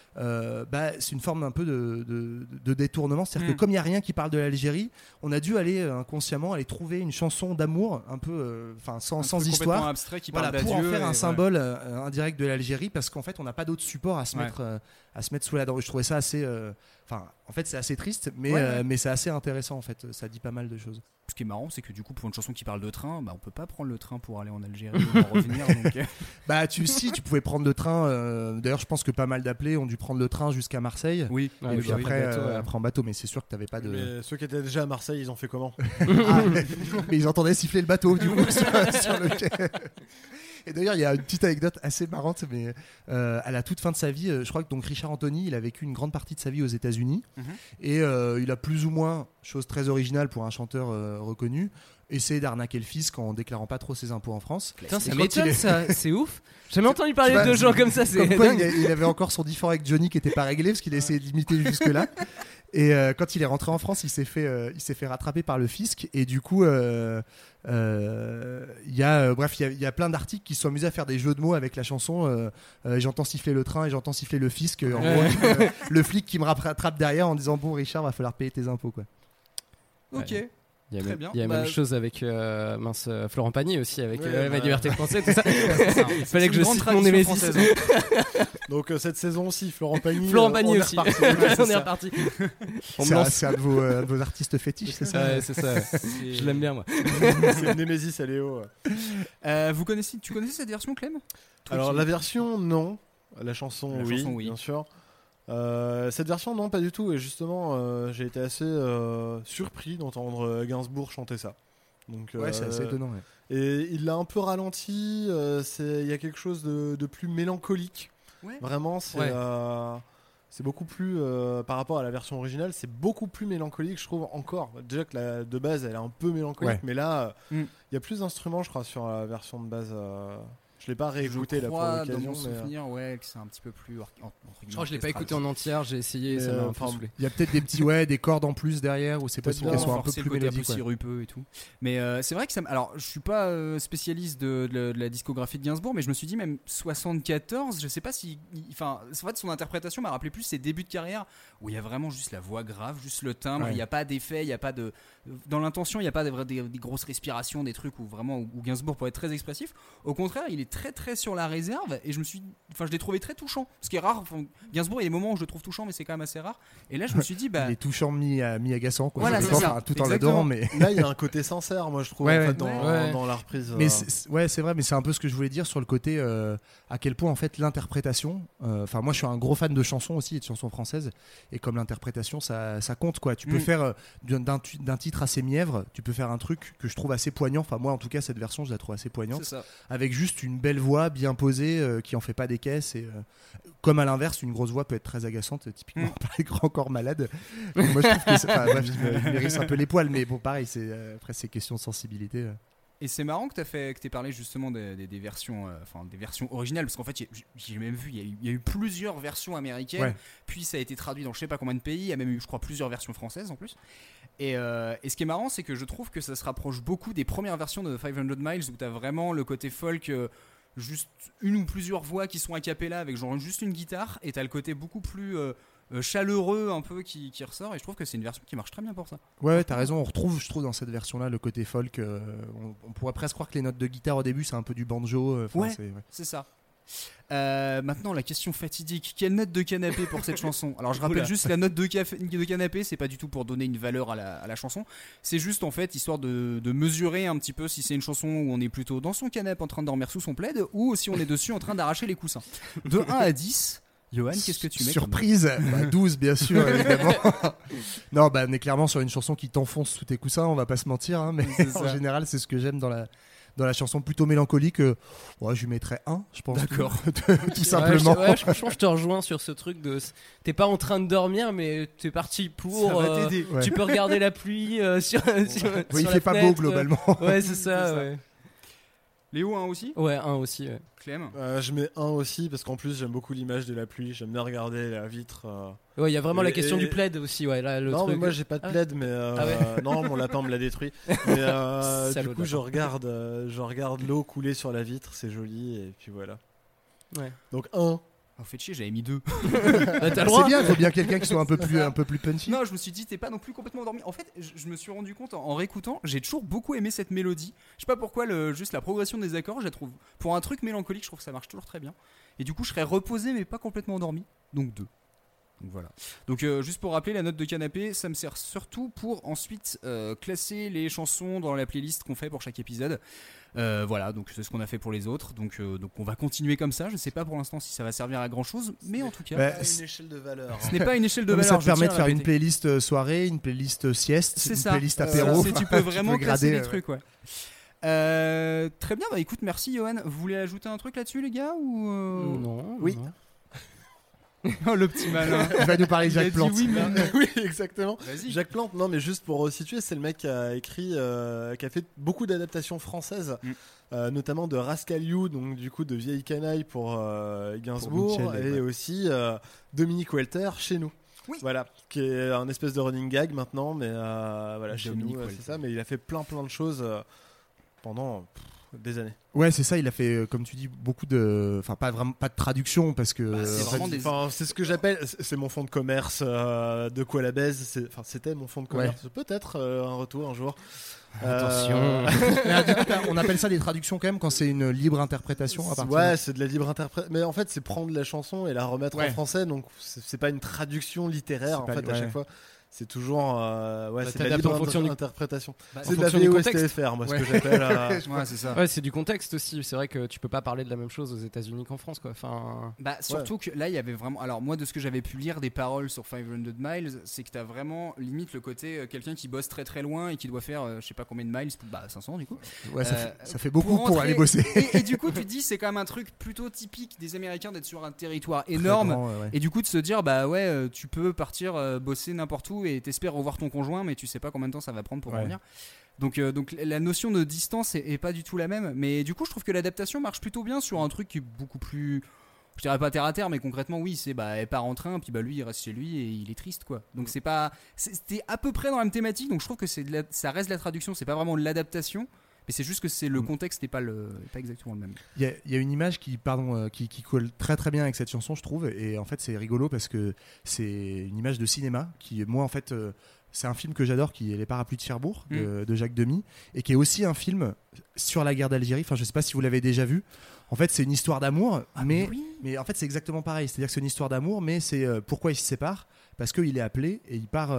[SPEAKER 7] c'est une forme un peu de détournement. C'est-à-dire que comme il n'y a rien qui parle de l'Algérie, on a dû aller inconsciemment aller trouver une chanson d'amour un peu, sans histoire,
[SPEAKER 1] abstrait qui
[SPEAKER 7] voilà,
[SPEAKER 1] parle
[SPEAKER 7] pour en
[SPEAKER 1] d'adieu
[SPEAKER 7] faire
[SPEAKER 1] et
[SPEAKER 7] un
[SPEAKER 1] voilà.
[SPEAKER 7] symbole indirect de l'Algérie, parce qu'en fait on n'a pas d'autre support à se mettre sous la dent. Je trouvais ça assez, en fait c'est assez triste, mais c'est assez intéressant en fait. Ça dit pas mal de choses.
[SPEAKER 1] Ce qui est marrant, c'est que du coup, pour une chanson qui parle de train, on peut pas prendre le train pour aller en Algérie ou en revenir. Donc,
[SPEAKER 7] Tu pouvais prendre le train. D'ailleurs, je pense que pas mal d'appelés ont dû prendre le train jusqu'à Marseille.
[SPEAKER 1] oui.
[SPEAKER 7] Et puis après, après en bateau, mais c'est sûr que t'avais pas de.
[SPEAKER 5] Mais ceux qui étaient déjà à Marseille, ils ont fait comment?
[SPEAKER 7] Mais ils entendaient siffler le bateau du coup sur le quai. Et d'ailleurs, il y a une petite anecdote assez marrante, mais à la toute fin de sa vie, je crois que donc Richard Anthony, il a vécu une grande partie de sa vie aux États-Unis, et il a plus ou moins, chose très originale pour un chanteur reconnu, essayé d'arnaquer le fisc en déclarant pas trop ses impôts en France.
[SPEAKER 6] Putain, ça
[SPEAKER 7] Et quand
[SPEAKER 6] m'étonne,
[SPEAKER 7] il est-
[SPEAKER 6] ça, c'est ouf. J'ai jamais entendu parler
[SPEAKER 7] Tu vois,
[SPEAKER 6] de gens comme ça. C'est
[SPEAKER 7] Comme quoi,
[SPEAKER 6] dingue.
[SPEAKER 7] il avait encore son différend avec Johnny qui était pas réglé parce qu'il a essayé de l'imiter jusque-là. Et quand il est rentré en France, il s'est fait rattraper par le fisc. Et du coup, il y a plein d'articles qui se sont amusés à faire des jeux de mots avec la chanson. J'entends siffler le train et j'entends siffler le fisc. En gros, le flic qui me rattrape derrière en disant bon Richard, va falloir payer tes impôts quoi.
[SPEAKER 1] Ok.
[SPEAKER 6] Ouais. Il y a
[SPEAKER 1] Très
[SPEAKER 6] même,
[SPEAKER 1] bien.
[SPEAKER 6] il y a
[SPEAKER 1] Bah,
[SPEAKER 6] même chose avec Florent Pagny aussi, avec
[SPEAKER 5] Ouais,
[SPEAKER 6] Ma
[SPEAKER 5] bah.
[SPEAKER 6] liberté française, tout ça.
[SPEAKER 1] Il
[SPEAKER 6] fallait que je cite mon Némésis.
[SPEAKER 5] Donc cette saison aussi, Florent Pagny.
[SPEAKER 6] Florent Pagny
[SPEAKER 5] on est
[SPEAKER 6] aussi.
[SPEAKER 5] reparti.
[SPEAKER 6] On est reparti. On me
[SPEAKER 7] C'est
[SPEAKER 6] lance.
[SPEAKER 7] c'est un de vos artistes fétiches, c'est ça?
[SPEAKER 6] Ouais, c'est ça. Je l'aime bien moi.
[SPEAKER 5] C'est le Némésis à Léo.
[SPEAKER 1] Tu connaissais cette version, Clem? Toi
[SPEAKER 5] Alors
[SPEAKER 1] qui-
[SPEAKER 5] la version non, la chanson
[SPEAKER 1] La
[SPEAKER 5] oui,
[SPEAKER 1] chanson, oui.
[SPEAKER 5] bien sûr. Cette version non, pas du tout. Et justement, j'ai été assez surpris d'entendre Gainsbourg chanter ça. Donc,
[SPEAKER 7] Ouais, c'est assez étonnant. Ouais.
[SPEAKER 5] Et il l'a un peu ralenti. Il y a quelque chose de plus mélancolique.
[SPEAKER 1] Ouais.
[SPEAKER 5] Vraiment, c'est
[SPEAKER 6] Ouais.
[SPEAKER 5] c'est beaucoup plus par rapport à la version originale, c'est beaucoup plus mélancolique, je trouve encore. Déjà que de base, elle est un peu mélancolique,
[SPEAKER 7] Ouais.
[SPEAKER 5] mais là, il
[SPEAKER 1] Mm.
[SPEAKER 5] y a plus d'instruments, je crois, sur la version de base. Je l'ai pas réécouté
[SPEAKER 1] je
[SPEAKER 5] là pour
[SPEAKER 1] crois, dans
[SPEAKER 5] l'occasion.
[SPEAKER 1] mon
[SPEAKER 5] mais,
[SPEAKER 1] souvenir, ouais, que c'est un petit peu plus. Entre
[SPEAKER 6] Je
[SPEAKER 1] guillemets,
[SPEAKER 6] crois que je l'ai pas
[SPEAKER 1] orchestral.
[SPEAKER 6] écouté en entière, j'ai essayé, ça
[SPEAKER 5] Mais,
[SPEAKER 6] m'a un peu
[SPEAKER 5] enfin,
[SPEAKER 6] saoulé.
[SPEAKER 7] Il y a peut-être des cordes en plus derrière, ou c'est
[SPEAKER 5] Peut-être
[SPEAKER 7] possible
[SPEAKER 5] bien
[SPEAKER 7] qu'elles soient un peu
[SPEAKER 1] renforcer
[SPEAKER 7] plus
[SPEAKER 1] le côté un peu
[SPEAKER 7] mélodiques. Ouais.
[SPEAKER 1] sirupeux et tout. Mais c'est vrai que ça. Alors, je suis pas spécialiste de la discographie de Gainsbourg, mais je me suis dit même 74. Je sais pas si. Enfin, en fait, son interprétation m'a rappelé plus ses débuts de carrière où il y a vraiment juste la voix grave, juste le timbre. Il
[SPEAKER 7] Ouais.
[SPEAKER 1] n'y a pas d'effet, il y a pas de. Dans l'intention, il n'y a pas des grosses respirations, des trucs où vraiment où Gainsbourg pourrait être très expressif. Au contraire, il est très très sur la réserve et je l'ai trouvé très touchant. Ce qui est rare. Enfin, Gainsbourg, il y a des moments où je le trouve touchant, mais c'est quand même assez rare. Et là, je me suis dit, bah.
[SPEAKER 7] Il est touchant, mi-agaçant, quoi.
[SPEAKER 1] Voilà,
[SPEAKER 7] Ça
[SPEAKER 1] c'est
[SPEAKER 7] dépend,
[SPEAKER 1] ça.
[SPEAKER 7] enfin, tout en
[SPEAKER 1] Exactement.
[SPEAKER 7] l'adorant, mais.
[SPEAKER 5] Là, il y a un côté sincère, moi, je trouve,
[SPEAKER 7] Ouais,
[SPEAKER 5] en
[SPEAKER 7] ouais.
[SPEAKER 5] fait, dans,
[SPEAKER 6] Ouais.
[SPEAKER 5] dans la reprise.
[SPEAKER 7] Mais c'est vrai, mais c'est un peu ce que je voulais dire sur le côté à quel point en fait l'interprétation. Enfin, moi, je suis un gros fan de chansons aussi et de chansons françaises, et comme l'interprétation, ça compte quoi. Tu peux faire d'un titre assez mièvre, tu peux faire un truc que je trouve assez poignant. Enfin, moi, en tout cas, cette version, je la trouve assez poignante,
[SPEAKER 1] C'est ça.
[SPEAKER 7] avec juste une belle voix bien posée qui en fait pas des caisses. Et comme à l'inverse, une grosse voix peut être très agaçante, typiquement par les grands corps malades. Moi, je trouve que bref, je m'érisse un peu les poils, mais bon, pareil, après c'est question de sensibilité.
[SPEAKER 1] Et c'est marrant que t'aies parlé justement des versions, des versions originales, parce qu'en fait j'ai même vu, il y a eu plusieurs versions américaines,
[SPEAKER 7] Ouais.
[SPEAKER 1] puis ça a été traduit dans je sais pas combien de pays, il y a même eu je crois plusieurs versions françaises en plus. Et ce qui est marrant, c'est que je trouve que ça se rapproche beaucoup des premières versions de 500 Miles où t'as vraiment le côté folk, juste une ou plusieurs voix qui sont a cappella avec genre juste une guitare, et t'as le côté beaucoup plus chaleureux un peu qui ressort, et je trouve que c'est une version qui marche très bien pour ça.
[SPEAKER 7] Ouais, t'as raison. On retrouve, je trouve, dans cette version-là, le côté folk. On pourrait presque croire que les notes de guitare au début, c'est un peu du banjo.
[SPEAKER 1] Ouais.
[SPEAKER 7] C'est-
[SPEAKER 1] C'est ça. Maintenant, la question fatidique. Quelle note de canapé pour cette chanson? Alors, je rappelle
[SPEAKER 6] Oula.
[SPEAKER 1] juste la note de canapé, c'est pas du tout pour donner une valeur à la chanson. C'est juste en fait histoire de mesurer un petit peu si c'est une chanson où on est plutôt dans son canapé en train de dormir sous son plaid ou si on est dessus en train d'arracher les coussins. De 1 à 10, Johan, qu'est-ce que tu mets comme
[SPEAKER 7] Surprise, 12 bien sûr, évidemment. Non, bah, on est clairement sur une chanson qui t'enfonce sous tes coussins, on va pas se mentir, hein, mais en général, c'est ce que j'aime dans la chanson plutôt mélancolique. Ouais, je lui mettrais 1, je pense.
[SPEAKER 1] D'accord.
[SPEAKER 7] Tout simplement.
[SPEAKER 6] Franchement, je te rejoins sur ce truc de. T'es pas en train de dormir, mais t'es parti pour.
[SPEAKER 1] Ça va t'aider.
[SPEAKER 7] Ouais.
[SPEAKER 6] Tu peux regarder la pluie sur.
[SPEAKER 7] Oui, il
[SPEAKER 6] la
[SPEAKER 7] fait pas beau
[SPEAKER 6] fenêtre.
[SPEAKER 7] globalement.
[SPEAKER 6] Ouais, c'est ça,
[SPEAKER 1] C'est ça.
[SPEAKER 6] ouais.
[SPEAKER 1] Léo, 1 aussi?
[SPEAKER 6] Ouais, un aussi. Ouais.
[SPEAKER 1] Clem?
[SPEAKER 5] Je mets 1 aussi parce qu'en plus j'aime beaucoup l'image de la pluie, j'aime bien regarder la vitre.
[SPEAKER 6] Ouais, il y a vraiment la
[SPEAKER 5] Et-
[SPEAKER 6] question
[SPEAKER 5] et-
[SPEAKER 6] du plaid aussi, ouais. Là, le
[SPEAKER 5] Non,
[SPEAKER 6] truc.
[SPEAKER 5] mais moi j'ai pas de
[SPEAKER 6] Ah.
[SPEAKER 5] plaid, mais
[SPEAKER 6] Ah ouais.
[SPEAKER 5] non, mon lapin me l'a détruit. Mais
[SPEAKER 6] Salaud
[SPEAKER 5] du
[SPEAKER 6] de
[SPEAKER 5] coup, je
[SPEAKER 6] lapin.
[SPEAKER 5] regarde l'eau couler sur la vitre, c'est joli, et puis voilà.
[SPEAKER 6] Ouais.
[SPEAKER 5] Donc 1.
[SPEAKER 1] Oh, faites chier, j'avais mis 2.
[SPEAKER 6] Bah, t'as le
[SPEAKER 7] C'est
[SPEAKER 6] droit.
[SPEAKER 7] bien, il faut bien quelqu'un qui soit un peu plus punchy.
[SPEAKER 1] Non, je me suis dit, t'es pas non plus complètement endormi. En fait, je me suis rendu compte en réécoutant, j'ai toujours beaucoup aimé cette mélodie. Je sais pas pourquoi, juste la progression des accords, je la trouve. Pour un truc mélancolique, je trouve que ça marche toujours très bien. Et du coup, je serais reposé, mais pas complètement endormi. Donc 2. Donc voilà. Donc juste pour rappeler, la note de canapé, ça me sert surtout pour ensuite classer les chansons dans la playlist qu'on fait pour chaque épisode. Voilà, donc c'est ce qu'on a fait pour les autres. Donc on va continuer comme ça. Je sais pas pour l'instant si ça va servir à grand chose, mais en tout cas,
[SPEAKER 7] Bah,
[SPEAKER 5] Pas une échelle de valeur.
[SPEAKER 1] ce n'est pas une échelle de
[SPEAKER 7] Non, mais
[SPEAKER 1] valeur.
[SPEAKER 7] ça te permet
[SPEAKER 1] je
[SPEAKER 7] de
[SPEAKER 1] tiens à
[SPEAKER 7] faire
[SPEAKER 1] le
[SPEAKER 7] une
[SPEAKER 1] répéter.
[SPEAKER 7] playlist soirée, une playlist sieste,
[SPEAKER 1] C'est
[SPEAKER 7] une
[SPEAKER 1] ça.
[SPEAKER 7] playlist apéro.
[SPEAKER 1] Tu peux vraiment classer
[SPEAKER 7] grader,
[SPEAKER 1] les trucs, ouais. Très bien, bah écoute, merci Johan. Vous voulez ajouter un truc là-dessus, les gars ou
[SPEAKER 6] Non.
[SPEAKER 7] Oui.
[SPEAKER 6] non.
[SPEAKER 1] Oh, le petit malin.
[SPEAKER 7] Il va nous parler de
[SPEAKER 1] Il a
[SPEAKER 7] Jacques
[SPEAKER 1] dit
[SPEAKER 7] Plante.
[SPEAKER 1] oui, mais non.
[SPEAKER 5] Oui, exactement.
[SPEAKER 1] Vas-y.
[SPEAKER 5] Jacques Plante, non mais juste pour resituer, c'est le mec qui a écrit, qui a fait beaucoup d'adaptations françaises, notamment de Rascaliou, donc du coup de Vieille Canaille pour Gainsbourg,
[SPEAKER 7] Pour Michel,
[SPEAKER 5] et
[SPEAKER 7] ouais.
[SPEAKER 5] aussi Dominique Welter chez nous.
[SPEAKER 1] Oui.
[SPEAKER 5] Voilà, qui est un espèce de running gag maintenant, mais voilà, chez
[SPEAKER 1] Dominique
[SPEAKER 5] nous,
[SPEAKER 1] Welter.
[SPEAKER 5] c'est ça, mais il a fait plein de choses pendant des années.
[SPEAKER 7] Ouais, c'est ça, il a fait, comme tu dis, beaucoup de. Enfin, pas de traduction parce que.
[SPEAKER 1] c'est
[SPEAKER 7] en fait,
[SPEAKER 1] vraiment des-
[SPEAKER 5] Enfin, c'est ce que j'appelle, c'est mon fonds de commerce de quoi la baise. C'était mon fonds de commerce. Peut-être un retour un jour.
[SPEAKER 6] Attention.
[SPEAKER 7] Mais du coup, on appelle ça des traductions quand même quand c'est une libre interprétation à partir
[SPEAKER 5] Ouais, c'est de la libre interprétation. Mais en fait, c'est prendre la chanson et la remettre
[SPEAKER 7] Ouais.
[SPEAKER 5] en français. Donc, c'est pas une traduction littéraire
[SPEAKER 7] C'est
[SPEAKER 5] en
[SPEAKER 7] pas-
[SPEAKER 5] fait à
[SPEAKER 7] ouais.
[SPEAKER 5] chaque fois. C'est toujours c'est de la
[SPEAKER 6] t'adaptes
[SPEAKER 5] libre
[SPEAKER 6] en fonction du-
[SPEAKER 5] interprétation.
[SPEAKER 6] Bah,
[SPEAKER 5] C'est
[SPEAKER 6] en
[SPEAKER 5] de la
[SPEAKER 6] fonction du
[SPEAKER 5] VO
[SPEAKER 6] contexte.
[SPEAKER 5] STFR, moi,
[SPEAKER 7] Ouais.
[SPEAKER 5] ce que j'appelle.
[SPEAKER 1] Ouais, c'est ça.
[SPEAKER 6] Ouais, c'est du contexte aussi. C'est vrai que tu peux pas parler de la même chose aux États-Unis qu'en France, quoi. Enfin,
[SPEAKER 1] Bah surtout que là il y avait vraiment, alors moi de ce que j'avais pu lire des paroles sur 500 Miles, c'est que t'as vraiment limite le côté quelqu'un qui bosse très très loin et qui doit faire je sais pas combien de miles, bah 500 du coup.
[SPEAKER 7] Ouais,
[SPEAKER 1] Euh,
[SPEAKER 7] ça fait beaucoup pour
[SPEAKER 1] rentrer-
[SPEAKER 7] aller bosser.
[SPEAKER 1] Et du coup tu te dis c'est quand même un truc plutôt typique des Américains d'être sur un territoire énorme.
[SPEAKER 7] Très grand, ouais.
[SPEAKER 1] Et du coup de se dire bah ouais tu peux partir bosser n'importe où et t'espères revoir ton conjoint mais tu sais pas combien de temps ça va prendre pour
[SPEAKER 7] Ouais.
[SPEAKER 1] revenir. Donc la notion de distance est pas du tout la même. Mais du coup je trouve que l'adaptation marche plutôt bien sur un truc qui est beaucoup plus, je dirais pas terre à terre, mais concrètement oui c'est bah elle part en train puis bah lui il reste chez lui et il est triste quoi. Donc c'était à peu près dans la même thématique. Donc je trouve que ça reste de la traduction, c'est pas vraiment de l'adaptation. Mais c'est juste que c'est le contexte n'est pas exactement le même.
[SPEAKER 7] Il y a une image qui colle très très bien avec cette chanson, je trouve, et en fait c'est rigolo parce que c'est une image de cinéma qui, moi en fait, c'est un film que j'adore qui est Les Parapluies de Cherbourg de Jacques Demy, et qui est aussi un film sur la guerre d'Algérie. Enfin, je sais pas si vous l'avez déjà vu. En fait, c'est une histoire d'amour, mais en fait c'est exactement pareil. C'est-à-dire que c'est une histoire d'amour, mais c'est pourquoi ils se séparent, parce qu'il est appelé et il part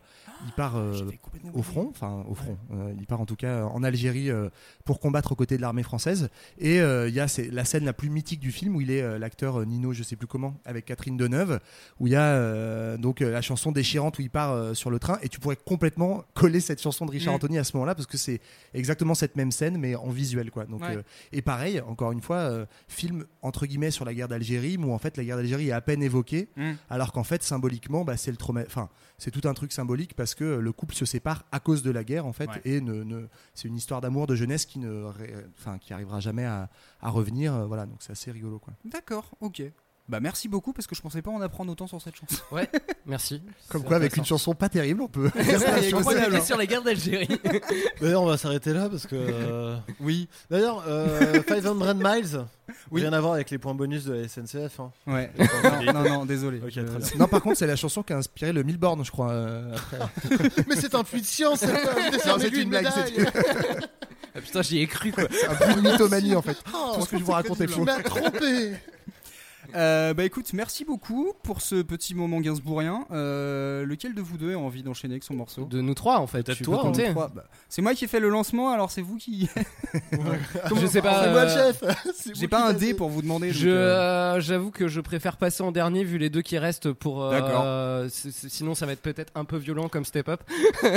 [SPEAKER 7] au front, il part en tout cas en Algérie pour combattre aux côtés de l'armée française. Et il y a la scène la plus mythique du film où il est l'acteur Nino, je sais plus comment, avec Catherine Deneuve, où il y a donc la chanson déchirante où il part sur le train, et tu pourrais complètement coller cette chanson de Richard Anthony à ce moment-là parce que c'est exactement cette même scène mais en visuel quoi. Donc et pareil, encore une fois, film entre guillemets sur la guerre d'Algérie où en fait la guerre d'Algérie est à peine évoquée, alors qu'en fait symboliquement c'est le trauma, enfin c'est tout un truc symbolique parce que le couple se sépare à cause de la guerre en fait, et c'est une histoire d'amour de jeunesse qui arrivera jamais à revenir, voilà, donc c'est assez rigolo quoi.
[SPEAKER 1] D'accord, ok. Bah merci beaucoup parce que je pensais pas en apprendre autant sur cette chanson.
[SPEAKER 6] ouais, merci.
[SPEAKER 7] Comme
[SPEAKER 6] C'est
[SPEAKER 7] quoi avec une
[SPEAKER 6] intéressant.
[SPEAKER 7] chanson pas terrible on peut
[SPEAKER 6] On est sur la guerre d'Algérie.
[SPEAKER 5] D'ailleurs, on va s'arrêter là parce que.
[SPEAKER 1] Oui.
[SPEAKER 5] D'ailleurs, 500 Miles, rien à voir avec les points bonus de la SNCF. Hein.
[SPEAKER 1] Ouais. non, désolé.
[SPEAKER 5] Ok, très bien.
[SPEAKER 7] Non, par contre c'est la chanson qui a inspiré le Milborn, je crois, après.
[SPEAKER 5] Mais c'est un puits de science, c'est
[SPEAKER 7] une blague,
[SPEAKER 6] Ah, putain, j'y ai cru quoi.
[SPEAKER 7] C'est un peu de mythomanie en fait. Tout ce que je vous raconte est
[SPEAKER 5] Tu
[SPEAKER 7] faux.
[SPEAKER 5] m'as trompé.
[SPEAKER 1] Bah écoute, merci beaucoup pour ce petit moment gainsbourgien. Lequel de vous deux a envie d'enchaîner avec son morceau?
[SPEAKER 6] De nous trois en fait.
[SPEAKER 5] Peut-être
[SPEAKER 6] tu
[SPEAKER 5] toi,
[SPEAKER 6] peux compter.
[SPEAKER 1] Trois. Bah, c'est moi qui ai fait le lancement, alors c'est vous qui.
[SPEAKER 6] Je sais pas.
[SPEAKER 5] C'est moi le chef.
[SPEAKER 1] J'ai pas un dé pour vous demander. donc,
[SPEAKER 6] J'avoue que je préfère passer en dernier vu les deux qui restent pour.
[SPEAKER 1] D'accord.
[SPEAKER 6] Sinon, ça va être peut-être un peu violent comme step up.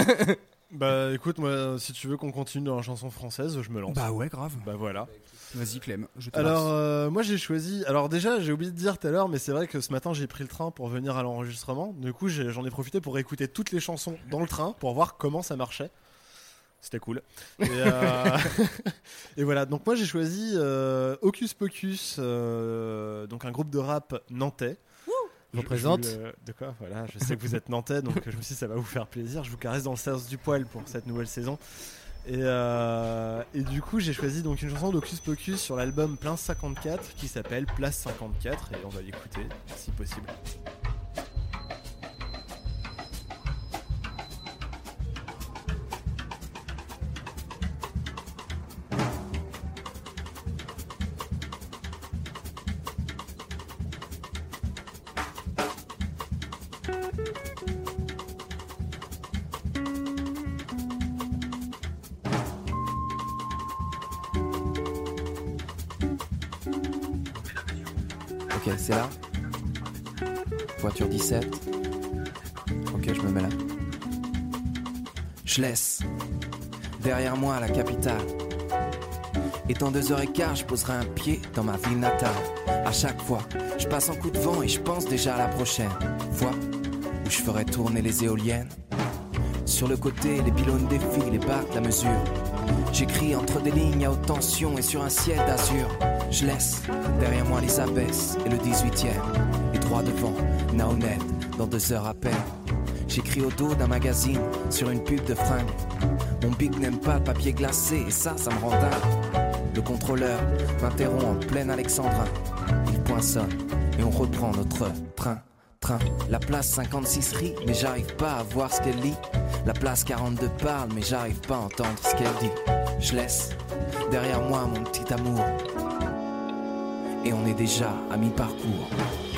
[SPEAKER 5] Bah écoute, moi, si tu veux qu'on continue dans la chanson française, je me lance.
[SPEAKER 1] Bah ouais, grave.
[SPEAKER 5] Bah voilà.
[SPEAKER 1] Vas-y Clem. Je te
[SPEAKER 5] Alors moi j'ai choisi. Alors déjà j'ai oublié de dire tout à l'heure, mais c'est vrai que ce matin j'ai pris le train pour venir à l'enregistrement. Du coup j'en ai profité pour écouter toutes les chansons dans le train pour voir comment ça marchait. C'était cool. Et, et voilà. Donc moi j'ai choisi Hocus Pocus, donc un groupe de rap nantais.
[SPEAKER 6] Je représente.
[SPEAKER 5] De quoi? Voilà, je sais que vous êtes nantais, donc je me suis dit ça va vous faire plaisir. Je vous caresse dans le sens du poil pour cette nouvelle saison. Et du coup, j'ai choisi donc une chanson d'Hocus Pocus sur l'album Place 54 qui s'appelle Place 54 et on va l'écouter si possible.
[SPEAKER 9] Ok, c'est là. Voiture 17. Ok, je me mets là. Je laisse derrière moi la capitale. Et dans 2h15, je poserai un pied dans ma ville natale. À chaque fois, je passe un coup de vent et je pense déjà à la prochaine fois où je ferai tourner les éoliennes. Sur le côté, les pylônes défilent et battent la mesure. J'écris entre des lignes à haute tension et sur un ciel d'azur. Je laisse derrière moi les abesses et le 18e. Et droit devant, Naonet, dans 2 heures à peine. J'écris au dos d'un magazine sur une pub de fringues. Mon bic n'aime pas le papier glacé et ça me rend dingue. Le contrôleur m'interrompt en plein alexandrin. Il poinçonne et on reprend notre train. La place 56 rit mais j'arrive pas à voir ce qu'elle lit. La place 42 parle mais j'arrive pas à entendre ce qu'elle dit. Je laisse derrière moi mon petit amour. Et on est déjà à mi-parcours.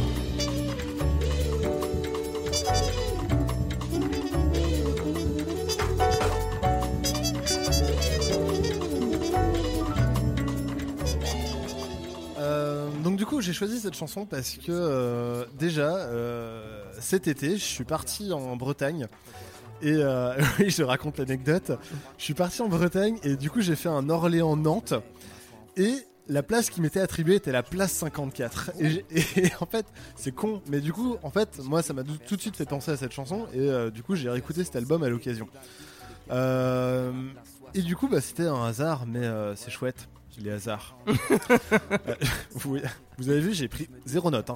[SPEAKER 5] Donc du coup j'ai choisi cette chanson parce que déjà cet été je suis parti en Bretagne et oui je raconte l'anecdote. Je suis parti en Bretagne et du coup j'ai fait un Orléans-Nantes et la place qui m'était attribuée était la place 54 et en fait c'est con mais du coup en fait moi ça m'a tout de suite fait penser à cette chanson et du coup j'ai réécouté cet album à l'occasion et du coup bah, c'était un hasard mais c'est chouette les hasards. Vous avez vu j'ai pris 0 note hein.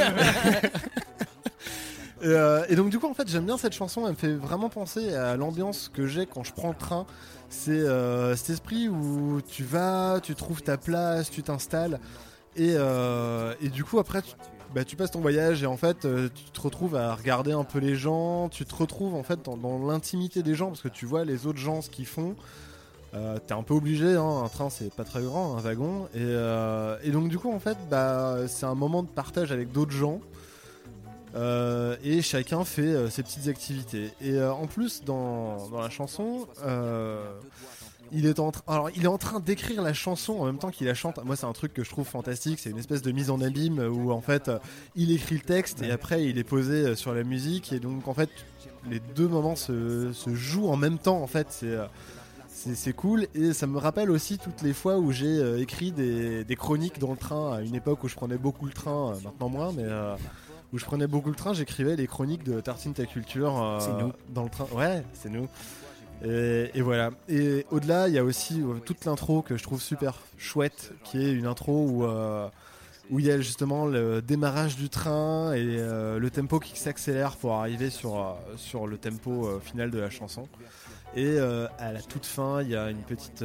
[SPEAKER 5] Et donc du coup en fait j'aime bien cette chanson, elle me fait vraiment penser à l'ambiance que j'ai quand je prends le train. C'est cet esprit où tu vas, tu trouves ta place, tu t'installes et du coup après tu passes ton voyage et en fait tu te retrouves à regarder un peu les gens, tu te retrouves en fait dans l'intimité des gens parce que tu vois les autres gens ce qu'ils font. T'es un peu obligé, hein, un train c'est pas très grand, un wagon et donc du coup en fait c'est un moment de partage avec d'autres gens. Et chacun fait ses petites activités et en plus dans la chanson il est en train d'écrire la chanson en même temps qu'il la chante. Moi c'est un truc que je trouve fantastique, c'est une espèce de mise en abîme où en fait il écrit le texte et après il est posé sur la musique et donc en fait les deux moments se jouent en même temps en fait. C'est cool et ça me rappelle aussi toutes les fois où j'ai écrit des chroniques dans le train à une époque où je prenais beaucoup le train, maintenant moins mais où je prenais beaucoup le train, j'écrivais les chroniques de Tartine ta culture dans le train. Ouais, c'est nous. Et voilà. Et au-delà, il y a aussi toute l'intro que je trouve super chouette, qui est une intro où il y a justement le démarrage du train et le tempo qui s'accélère pour arriver sur le tempo final de la chanson. Et à la toute fin, il y a une petite...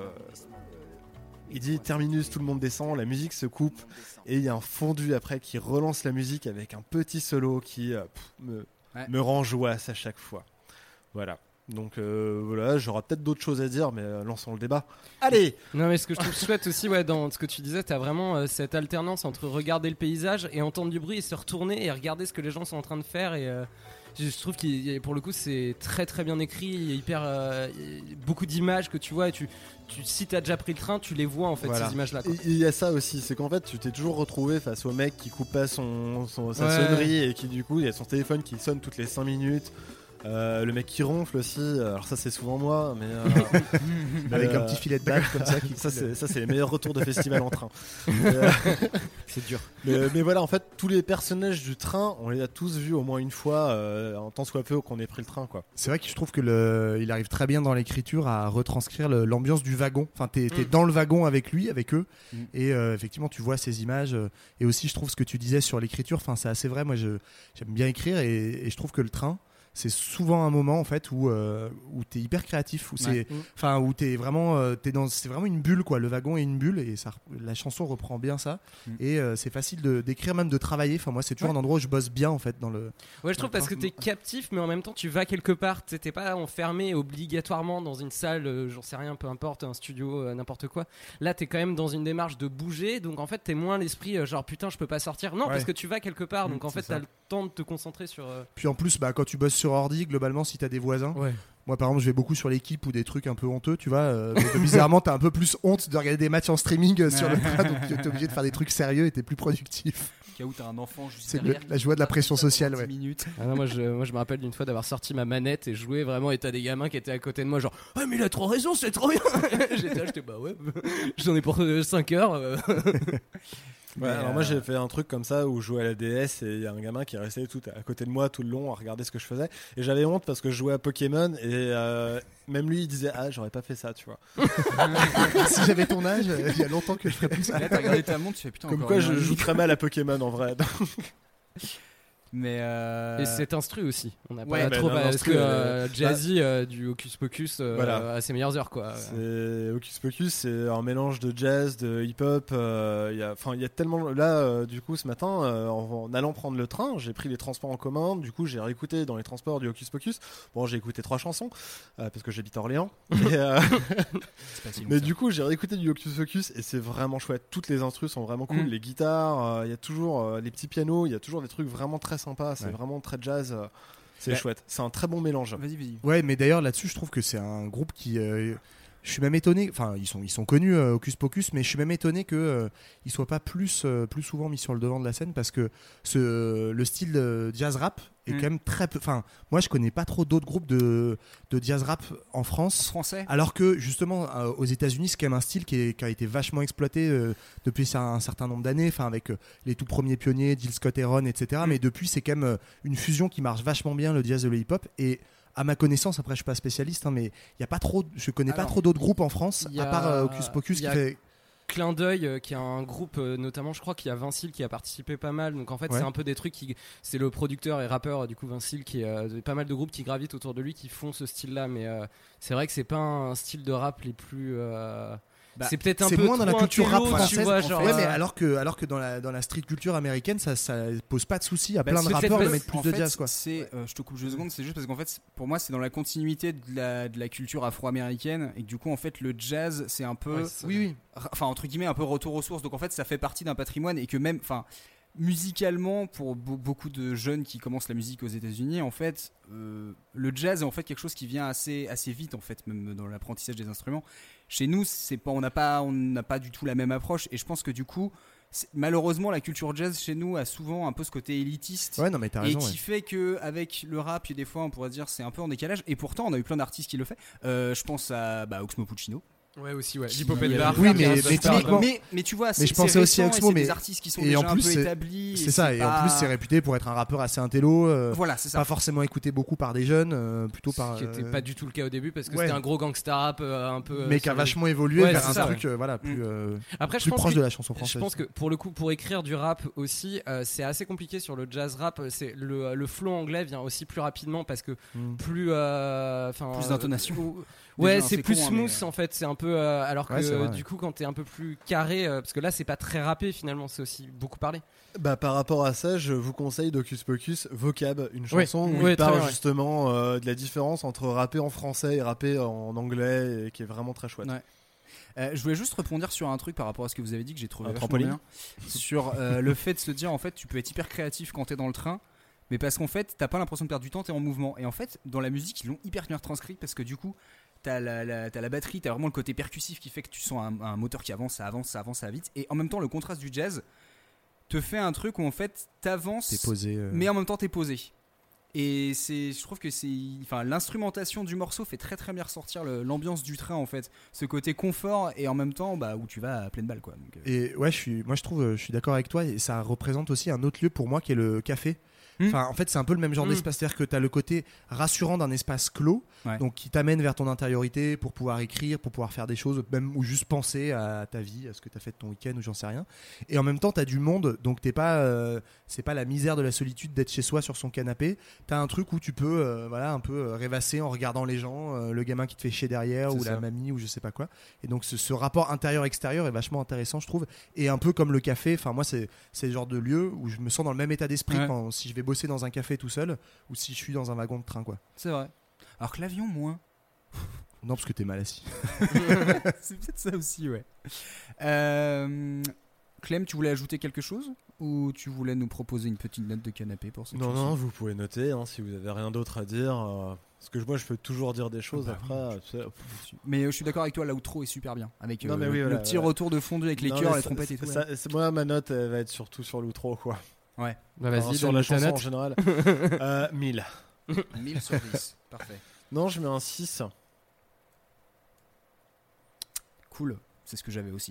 [SPEAKER 5] il dit terminus, tout le monde descend, la musique se coupe et il y a un fondu après qui relance la musique avec un petit solo qui me rend joie à chaque fois. Voilà. Donc voilà, j'aurai peut-être d'autres choses à dire, mais lançons le débat. Allez.
[SPEAKER 6] Non mais ce que je trouve chouette aussi, ouais, dans ce que tu disais, t'as vraiment cette alternance entre regarder le paysage et entendre du bruit et se retourner et regarder ce que les gens sont en train de faire et je trouve que pour le coup c'est très très bien écrit, il y a hyper beaucoup d'images que tu vois et si t'as déjà pris le train, tu les vois en fait, voilà. Ces images là.
[SPEAKER 5] Il y a ça aussi, c'est qu'en fait tu t'es toujours retrouvé face au mec qui coupe pas sa sonnerie et qui du coup il y a son téléphone qui sonne toutes les 5 minutes. Le mec qui ronfle aussi, alors ça c'est souvent moi, mais
[SPEAKER 7] avec un petit filet de balle comme ça.
[SPEAKER 5] Ça c'est les meilleurs retours de festival en train.
[SPEAKER 6] C'est dur.
[SPEAKER 5] Mais voilà, en fait, tous les personnages du train, on les a tous vus au moins une fois, en tant soit peu qu'on ait pris le train, quoi.
[SPEAKER 7] C'est vrai que je trouve que il arrive très bien dans l'écriture à retranscrire l'ambiance du wagon. Enfin, t'es dans le wagon avec lui, avec eux, et effectivement, tu vois ces images. Et aussi, je trouve ce que tu disais sur l'écriture. Enfin, c'est assez vrai. Moi, j'aime bien écrire, et je trouve que le train, c'est souvent un moment en fait où t'es hyper créatif, où où t'es vraiment, c'est vraiment une bulle quoi. Le wagon est une bulle et la chanson reprend bien ça. Et c'est facile d'écrire, même de travailler. Enfin moi c'est toujours un endroit où je bosse bien en fait dans le.
[SPEAKER 6] Ouais, je trouve parce que t'es captif, mais en même temps tu vas quelque part. T'es pas enfermé obligatoirement dans une salle, j'en sais rien, peu importe, un studio, n'importe quoi. Là t'es quand même dans une démarche de bouger, donc en fait t'es moins l'esprit genre putain je peux pas sortir. Non, parce que tu vas quelque part, donc en fait t'as le temps de te concentrer sur.
[SPEAKER 7] Puis en plus, quand tu bosses sur ordi, globalement, si t'as des voisins. Ouais. Moi, par exemple, je vais beaucoup sur l'équipe ou des trucs un peu honteux, tu vois. Bizarrement, t'as un peu plus honte de regarder des matchs en streaming sur le train, donc t'es obligé de faire des trucs sérieux et t'es plus productif.
[SPEAKER 1] Au cas où t'as un enfant juste
[SPEAKER 7] c'est
[SPEAKER 1] derrière.
[SPEAKER 7] La joie de la pression sociale, ouais.
[SPEAKER 6] Ah non, moi, je me rappelle d'une fois d'avoir sorti ma manette et joué vraiment, et t'as des gamins qui étaient à côté de moi, genre, ah, mais il a trop raison, c'est trop bien. J'étais bah ouais, j'en ai pour 5 heures.
[SPEAKER 5] Ouais, alors moi j'ai fait un truc comme ça où je jouais à la DS et il y a un gamin qui est resté tout à côté de moi tout le long à regarder ce que je faisais et j'avais honte parce que je jouais à Pokémon et même lui il disait ah j'aurais pas fait ça tu vois.
[SPEAKER 7] Si j'avais ton âge il y a longtemps que je ferais plus ça.
[SPEAKER 1] Là t'as regardé ta montre tu fais putain
[SPEAKER 5] comme quoi je joue très mal à Pokémon en vrai.
[SPEAKER 1] Mais
[SPEAKER 6] et c'est instru aussi. On a pas trop parce que Jazzy du Hocus Pocus à ses meilleures heures quoi.
[SPEAKER 5] C'est Hocus Pocus, c'est un mélange de jazz, de hip-hop. Il y a tellement là du coup ce matin en allant prendre le train, j'ai pris les transports en commun. Du coup j'ai réécouté dans les transports du Hocus Pocus. Bon j'ai écouté 3 chansons parce que j'habite à Orléans. Mais du coup j'ai réécouté du Hocus Pocus et c'est vraiment chouette. Toutes les instrus sont vraiment cool. Les guitares, il y a toujours les petits pianos, il y a toujours des trucs vraiment très sympa, c'est vraiment très jazz, c'est chouette, c'est un très bon mélange.
[SPEAKER 1] Vas-y.
[SPEAKER 7] Ouais, mais d'ailleurs là-dessus, je trouve que c'est un groupe qui, je suis même étonné, enfin ils sont connus Hocus Pocus, mais je suis même étonné que ils soient pas plus souvent mis sur le devant de la scène parce que le style jazz rap est quand même très peu. Enfin, moi je connais pas trop d'autres groupes de jazz rap en France.
[SPEAKER 1] Français.
[SPEAKER 7] Alors que justement aux États-Unis, c'est quand même un style qui a été vachement exploité depuis un certain nombre d'années. Enfin, avec les tout premiers pionniers, Jill Scott Heron, etc. Mais depuis, c'est quand même une fusion qui marche vachement bien, le jazz et le hip-hop. Et à ma connaissance, après je suis pas spécialiste, hein, mais je connais pas trop d'autres groupes en France à part Hocus Pocus qui fait.
[SPEAKER 6] Clin d'œil qui a un groupe notamment je crois qu'il y a Vincile qui a participé pas mal, donc en fait c'est un peu des trucs c'est le producteur et rappeur du coup Vincile qui pas mal de groupes qui gravitent autour de lui qui font ce style là, mais c'est vrai que c'est pas un style de rap les plus c'est peut-être un peu
[SPEAKER 7] moins dans la culture rap française,
[SPEAKER 6] tu vois, genre,
[SPEAKER 7] ouais, mais alors que dans la street culture américaine ça pose pas de souci à plein de rappeurs de mettre plus de jazz quoi.
[SPEAKER 1] Je te coupe 2 secondes, c'est juste parce qu'en fait pour moi c'est dans la continuité de la culture afro-américaine et que du coup en fait le jazz c'est un peu enfin entre guillemets un peu retour aux sources, donc en fait ça fait partie d'un patrimoine et que même enfin musicalement pour beaucoup de jeunes qui commencent la musique aux États-Unis en fait le jazz est en fait quelque chose qui vient assez vite en fait, même dans l'apprentissage des instruments. Chez nous c'est pas on n'a pas du tout la même approche et je pense que du coup malheureusement la culture jazz chez nous a souvent un peu ce côté élitiste
[SPEAKER 7] mais t'as raison,
[SPEAKER 1] et qui fait que avec le rap des fois on pourrait dire c'est un peu en décalage et pourtant on a eu plein d'artistes qui le font. Je pense à Oxmo Puccino.
[SPEAKER 6] Ouais aussi
[SPEAKER 1] Hip Hop Bar.
[SPEAKER 7] Oui mais
[SPEAKER 1] tu vois
[SPEAKER 7] mais je pensais aussi à Oxmo, mais
[SPEAKER 1] des artistes qui sont déjà un peu établis.
[SPEAKER 7] C'est ça, et en plus c'est réputé pour être un rappeur assez intello.
[SPEAKER 1] Voilà, c'est ça.
[SPEAKER 7] Pas forcément écouté beaucoup par des jeunes, plutôt par.
[SPEAKER 6] Ce qui était pas du tout le cas au début parce que c'était un gros gangsta rap un peu.
[SPEAKER 7] Mais qui a vachement évolué vers un truc plus.
[SPEAKER 6] Après,
[SPEAKER 7] plus proche de la chanson française.
[SPEAKER 6] Je pense que pour le coup, pour écrire du rap aussi, c'est assez compliqué sur le jazz rap. C'est le flow anglais vient aussi plus rapidement parce que plus
[SPEAKER 1] d'intonation.
[SPEAKER 6] Ouais, c'est plus smooth en fait, c'est un peu alors que du coup quand t'es un peu plus carré parce que là c'est pas très rappé finalement, c'est aussi beaucoup parlé.
[SPEAKER 5] Par rapport à ça, je vous conseille d'Hocus Pocus Vocab, une chanson où il parle justement de la différence entre rapper en français et rapper en anglais et qui est vraiment très chouette.
[SPEAKER 1] Je voulais juste rebondir sur un truc par rapport à ce que vous avez dit que j'ai trouvé vachement bien sur le fait de se dire en fait tu peux être hyper créatif quand t'es dans le train, mais parce qu'en fait t'as pas l'impression de perdre du temps, t'es en mouvement, et en fait dans la musique ils l'ont hyper bien transcrit parce que du coup t'as la batterie, t'as vraiment le côté percussif qui fait que tu sens un moteur qui avance, ça avance vite, et en même temps le contraste du jazz te fait un truc où en fait t'avances,
[SPEAKER 7] t'es posé,
[SPEAKER 1] mais en même temps t'es posé. Et je trouve que l'instrumentation du morceau fait très très bien ressortir l'ambiance du train en fait, ce côté confort et en même temps où tu vas à pleine balle quoi. Donc,
[SPEAKER 7] Et ouais, je suis d'accord avec toi, et ça représente aussi un autre lieu pour moi qui est le café. Enfin, en fait, c'est un peu le même genre d'espace, c'est-à-dire que tu as le côté rassurant d'un espace clos, donc qui t'amène vers ton intériorité pour pouvoir écrire, pour pouvoir faire des choses, même ou juste penser à ta vie, à ce que tu as fait de ton week-end ou j'en sais rien. Et en même temps, tu as du monde, donc t'es pas, c'est pas la misère de la solitude d'être chez soi sur son canapé. Tu as un truc où tu peux voilà, un peu rêvasser en regardant les gens, le gamin qui te fait chier derrière ou la mamie ou je sais pas quoi. Et donc ce rapport intérieur-extérieur est vachement intéressant, je trouve. Et un peu comme le café, enfin moi c'est le genre de lieu où je me sens dans le même état d'esprit si je vais bosser dans un café tout seul ou si je suis dans un wagon de train, quoi.
[SPEAKER 1] C'est vrai. Alors que l'avion, moins.
[SPEAKER 7] Non, parce que t'es mal assis.
[SPEAKER 1] C'est peut-être ça aussi, ouais. Clem, tu voulais ajouter quelque chose ou tu voulais nous proposer une petite note de canapé pour cette chanson ?
[SPEAKER 5] Non, vous pouvez noter si vous avez rien d'autre à dire. Parce que moi, je peux toujours dire des choses après.
[SPEAKER 1] Mais je suis d'accord avec toi, l'outro est super bien. Avec
[SPEAKER 5] le
[SPEAKER 1] petit retour de fondu avec les chœurs, les trompettes et tout.
[SPEAKER 5] Moi, ma note elle va être surtout sur l'outro, quoi.
[SPEAKER 1] Ouais.
[SPEAKER 6] Bah vas-y,
[SPEAKER 5] sur la chanson en général. 1000.
[SPEAKER 1] 1000 sur 10. Parfait.
[SPEAKER 5] Non, je mets un 6.
[SPEAKER 1] Cool. C'est ce que j'avais aussi.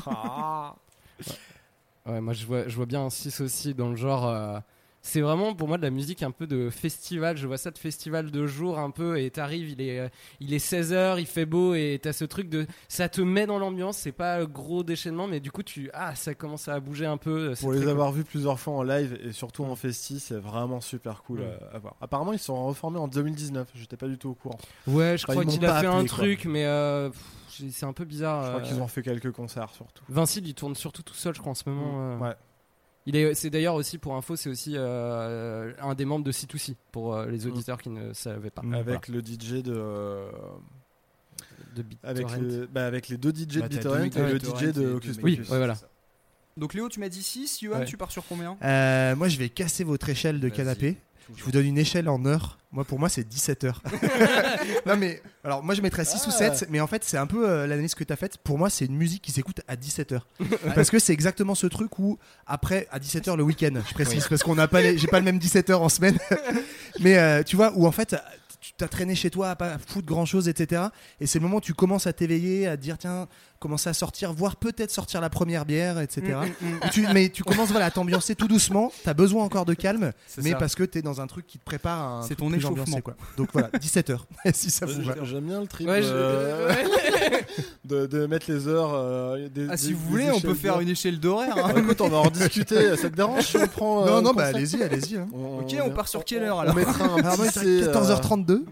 [SPEAKER 6] Ouais, moi je vois bien un 6 aussi dans le genre. C'est vraiment pour moi de la musique un peu de festival. Je vois ça de festival de jour un peu. Et t'arrives, il est 16h, il fait beau et t'as ce truc de. Ça te met dans l'ambiance. C'est pas gros déchaînement, mais du coup, ça commence à bouger un peu.
[SPEAKER 5] Pour les avoir vus plusieurs fois en live et surtout en festi, c'est vraiment super cool à voir. Apparemment, ils sont reformés en 2019. J'étais pas du tout au courant.
[SPEAKER 6] Ouais, je crois qu'il a fait un truc, mais. C'est un peu bizarre.
[SPEAKER 5] Je crois qu'ils ont fait quelques concerts surtout.
[SPEAKER 6] Vincile, il tourne surtout tout seul, je crois, en ce moment.
[SPEAKER 5] Ouais.
[SPEAKER 6] C'est d'ailleurs aussi, pour info, c'est aussi un des membres de C2C, pour les auditeurs qui ne savaient pas.
[SPEAKER 5] Avec le DJ de
[SPEAKER 6] BitTorrent.
[SPEAKER 5] avec les deux DJ de BitTorrent et le DJ de Hocus Pocus.
[SPEAKER 6] Oui, ouais, voilà.
[SPEAKER 1] Donc Léo, tu m'as dit 6, Yoann, tu pars sur combien ?
[SPEAKER 7] Moi, je vais casser votre échelle de canapé. Je vous donne une échelle en heures. Pour moi, c'est 17 heures. Non, mais alors, moi, je mettrais 6 ou 7, mais en fait, c'est un peu l'analyse que tu as faite. Pour moi, c'est une musique qui s'écoute à 17 heures. Parce que c'est exactement ce truc où, après, à 17 heures le week-end, je précise, parce qu'on n'a pas j'ai pas le même 17 heures en semaine. Mais tu vois, où en fait, tu t'as traîné chez toi à pas foutre grand chose, etc. Et c'est le moment où tu commences à t'éveiller, à te dire, tiens, commencer à sortir, voire peut-être sortir la première bière, etc. Mais tu commences à t'ambiancer tout doucement. T'as besoin encore de calme, mais parce que t'es dans un truc qui te prépare à un
[SPEAKER 1] c'est
[SPEAKER 7] truc
[SPEAKER 1] ton
[SPEAKER 7] plus
[SPEAKER 1] échauffement,
[SPEAKER 7] ambiancé, quoi. Donc voilà, 17h si ça vous va.
[SPEAKER 5] J'aime bien le trip
[SPEAKER 6] Ouais,
[SPEAKER 5] de mettre les heures
[SPEAKER 1] si vous voulez, on peut faire une échelle d'horaire, hein.
[SPEAKER 5] Écoute, on va en discuter. Ça te dérange si on prend
[SPEAKER 7] non, allez-y hein.
[SPEAKER 1] Ok, on part sur quelle heure alors ?
[SPEAKER 5] On mettra un petit
[SPEAKER 7] 14h32.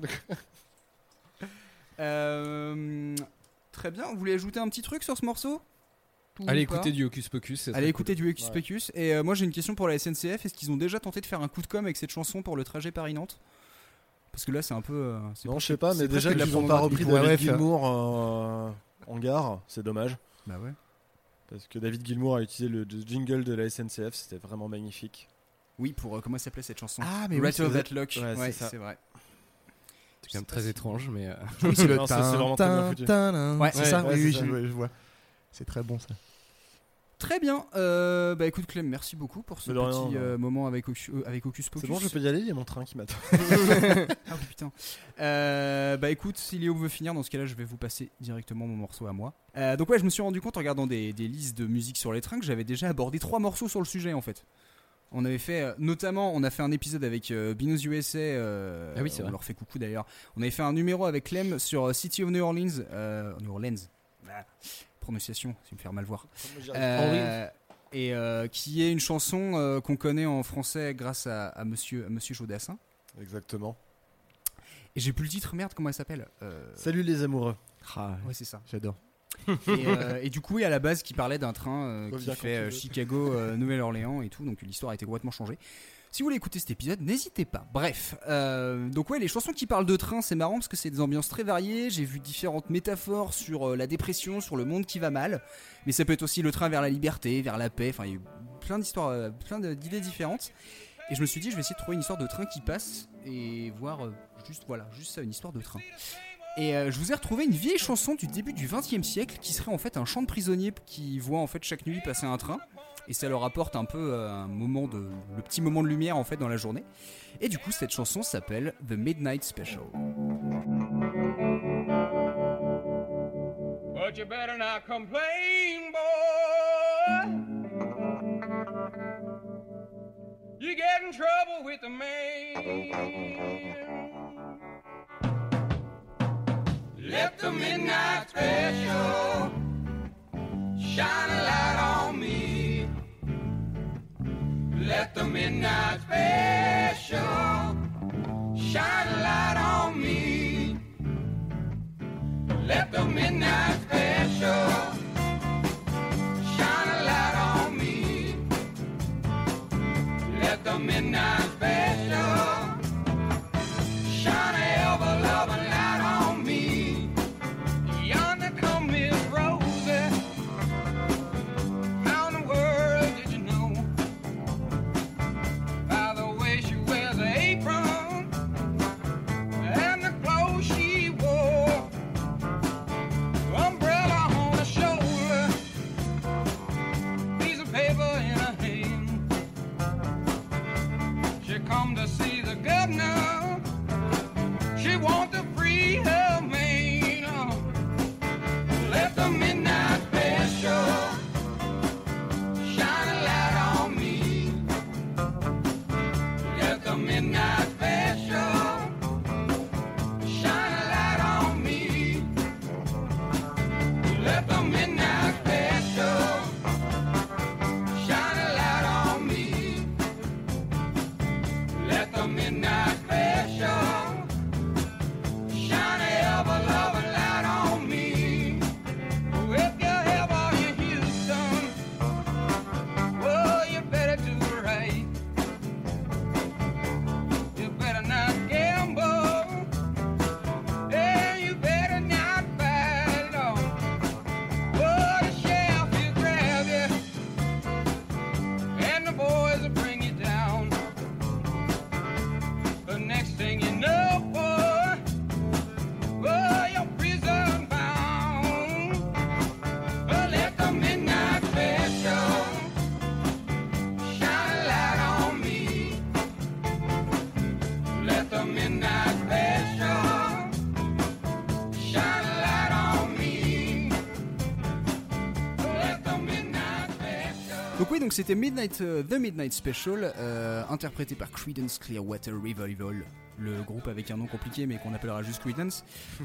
[SPEAKER 1] Très bien, vous voulez ajouter un petit truc sur ce morceau ?
[SPEAKER 6] Allez écouter du Hocus Pocus.
[SPEAKER 1] Allez écouter du Hocus Pocus. Et moi j'ai une question pour la SNCF. Est-ce qu'ils ont déjà tenté de faire un coup de com' avec cette chanson pour le trajet Paris-Nantes ? Parce que là c'est un peu...
[SPEAKER 5] non, je sais pas, mais déjà qu'ils n'ont pas repris David Gilmour en gare, c'est dommage.
[SPEAKER 1] Bah ouais.
[SPEAKER 5] Parce que David Gilmour a utilisé le jingle de la SNCF, c'était vraiment magnifique.
[SPEAKER 1] Oui, pour... comment s'appelait cette chanson ?
[SPEAKER 7] Ah, mais
[SPEAKER 1] Rattle of That Luck.
[SPEAKER 5] Ouais,
[SPEAKER 1] c'est vrai.
[SPEAKER 6] C'est quand même très étrange, mais...
[SPEAKER 7] Oui, c'est le
[SPEAKER 5] c'est vraiment très bien foutu.
[SPEAKER 7] Ouais, c'est ça, oui,
[SPEAKER 5] c'est ça.
[SPEAKER 7] je vois. C'est très bon, ça.
[SPEAKER 1] Très bien. Bah écoute Clem, merci beaucoup pour ce petit moment avec Hocus Pocus.
[SPEAKER 5] C'est bon, je peux y aller, il y a mon train qui m'attend.
[SPEAKER 1] Ah putain. Bah écoute, si Léo veut finir, dans ce cas-là, je vais vous passer directement mon morceau à moi. Donc ouais, je me suis rendu compte en regardant des listes de musique sur les trains que j'avais déjà abordé 3 morceaux sur le sujet en fait. On avait fait, notamment, on a fait un épisode avec Binous USA.
[SPEAKER 6] Ah oui, c'est vrai.
[SPEAKER 1] On leur fait coucou d'ailleurs. On avait fait un numéro avec Clem sur City of New Orleans. New Orleans. Voilà. Prononciation, ça me fait mal voir. Et qui est une chanson qu'on connaît en français grâce à Monsieur Jodassin.
[SPEAKER 5] Exactement.
[SPEAKER 1] Et j'ai plus le titre, merde, comment elle s'appelle
[SPEAKER 5] Salut les amoureux.
[SPEAKER 1] Ouais, c'est ça.
[SPEAKER 7] J'adore.
[SPEAKER 1] Et du coup, à la base, qui parlait d'un train qui fait Chicago, Nouvelle-Orléans et tout, donc l'histoire a été complètement changée. Si vous voulez écouter cet épisode, n'hésitez pas. Bref, donc ouais, les chansons qui parlent de train, c'est marrant parce que c'est des ambiances très variées. J'ai vu différentes métaphores sur la dépression, sur le monde qui va mal, mais ça peut être aussi le train vers la liberté, vers la paix. Enfin, il y a eu plein d'histoires, plein d'idées différentes. Et je me suis dit, je vais essayer de trouver une histoire de train qui passe et voir juste ça, une histoire de train. Et je vous ai retrouvé une vieille chanson du début du XXe siècle qui serait en fait un chant de prisonniers qui voit en fait chaque nuit passer un train. Et ça leur apporte un peu le petit moment de lumière en fait dans la journée. Et du coup cette chanson s'appelle The Midnight Special.
[SPEAKER 10] But you better not complain, boy. You get in trouble with the man. Let the midnight special shine a light on me. Let the midnight special shine a light on me. Let the midnight special shine a light on me. Let the midnight special shine a ever-loving light on me. Yonder come Miss Rosie. How in the world did you know? By the way she wears her apron and the clothes she wore. Umbrella on her shoulder, piece of paper in her hand. She come to see the governor. She want to free her man. Let the midnight special shine a light on me. Let the midnight special shine a light on me. Let the midnight special shine a light on me. Let the midnight special shine a ever-loving light on me. If you're ever in Houston, well, you better do it right. You better not gamble, and you better not fight it on. Oh, the sheriff will grab you, and the boys will bring you down. The next thing you know, boy, oh, you're prison bound. Oh, let the midnight special shine a light on me. Let the midnight special shine a light on me. Let the midnight special.
[SPEAKER 1] Donc oui, donc c'était The Midnight Special, interprété par Creedence Clearwater Revival, le groupe avec un nom compliqué mais qu'on appellera juste Creedence.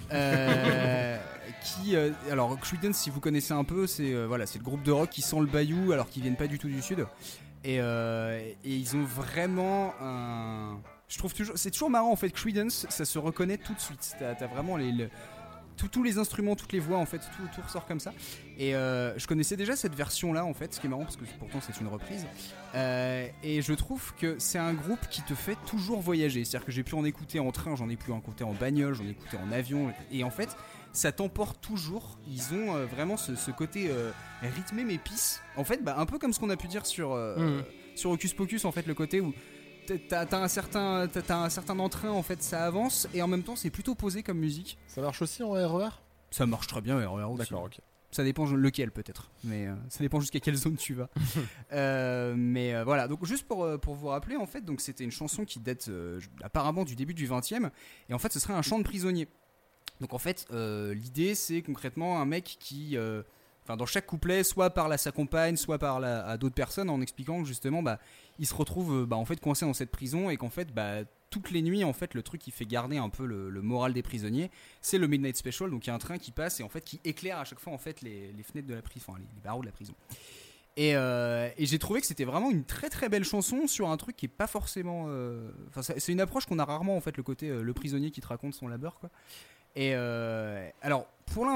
[SPEAKER 1] Alors Creedence, si vous connaissez un peu, c'est voilà, c'est le groupe de rock qui sent le bayou alors qu'ils viennent pas du tout du sud. Et ils ont vraiment un... Je trouve c'est toujours marrant en fait. Creedence, ça se reconnaît tout de suite. T'as vraiment tous les instruments, toutes les voix en fait, tout ressort comme ça. Et je connaissais déjà cette version là en fait, ce qui est marrant parce que pourtant c'est une reprise. Et je trouve que c'est un groupe qui te fait toujours voyager. C'est-à-dire que j'ai pu en écouter en train, j'en ai pu en écouter en bagnole, j'en ai écouté en avion. Et en fait, ça t'emporte toujours. Ils ont vraiment ce côté rythmé mais pisse. En fait, un peu comme ce qu'on a pu dire sur Hocus Pocus en fait, le côté où t'as un certain entrain en fait, ça avance et en même temps c'est plutôt posé comme musique.
[SPEAKER 5] Ça marche aussi en RER?
[SPEAKER 1] Ça marche très bien en RER aussi.
[SPEAKER 5] D'accord, ok.
[SPEAKER 1] Ça dépend lequel peut-être, mais ça dépend jusqu'à quelle zone tu vas. Mais voilà, donc juste pour vous rappeler en fait, donc c'était une chanson qui date apparemment du début du 20e et en fait ce serait un chant de prisonnier. Donc en fait l'idée c'est concrètement un mec qui dans chaque couplet soit parle à sa compagne, soit parle à d'autres personnes en expliquant que justement il se retrouve en fait coincé dans cette prison et qu'en fait toutes les nuits en fait le truc qui fait garder un peu le moral des prisonniers, c'est le Midnight Special. Donc il y a un train qui passe et en fait qui éclaire à chaque fois en fait les fenêtres de la prison, enfin les barreaux de la prison. Et j'ai trouvé que c'était vraiment une très très belle chanson sur un truc qui est pas forcément c'est une approche qu'on a rarement en fait, le côté le prisonnier qui te raconte son labeur quoi. Et alors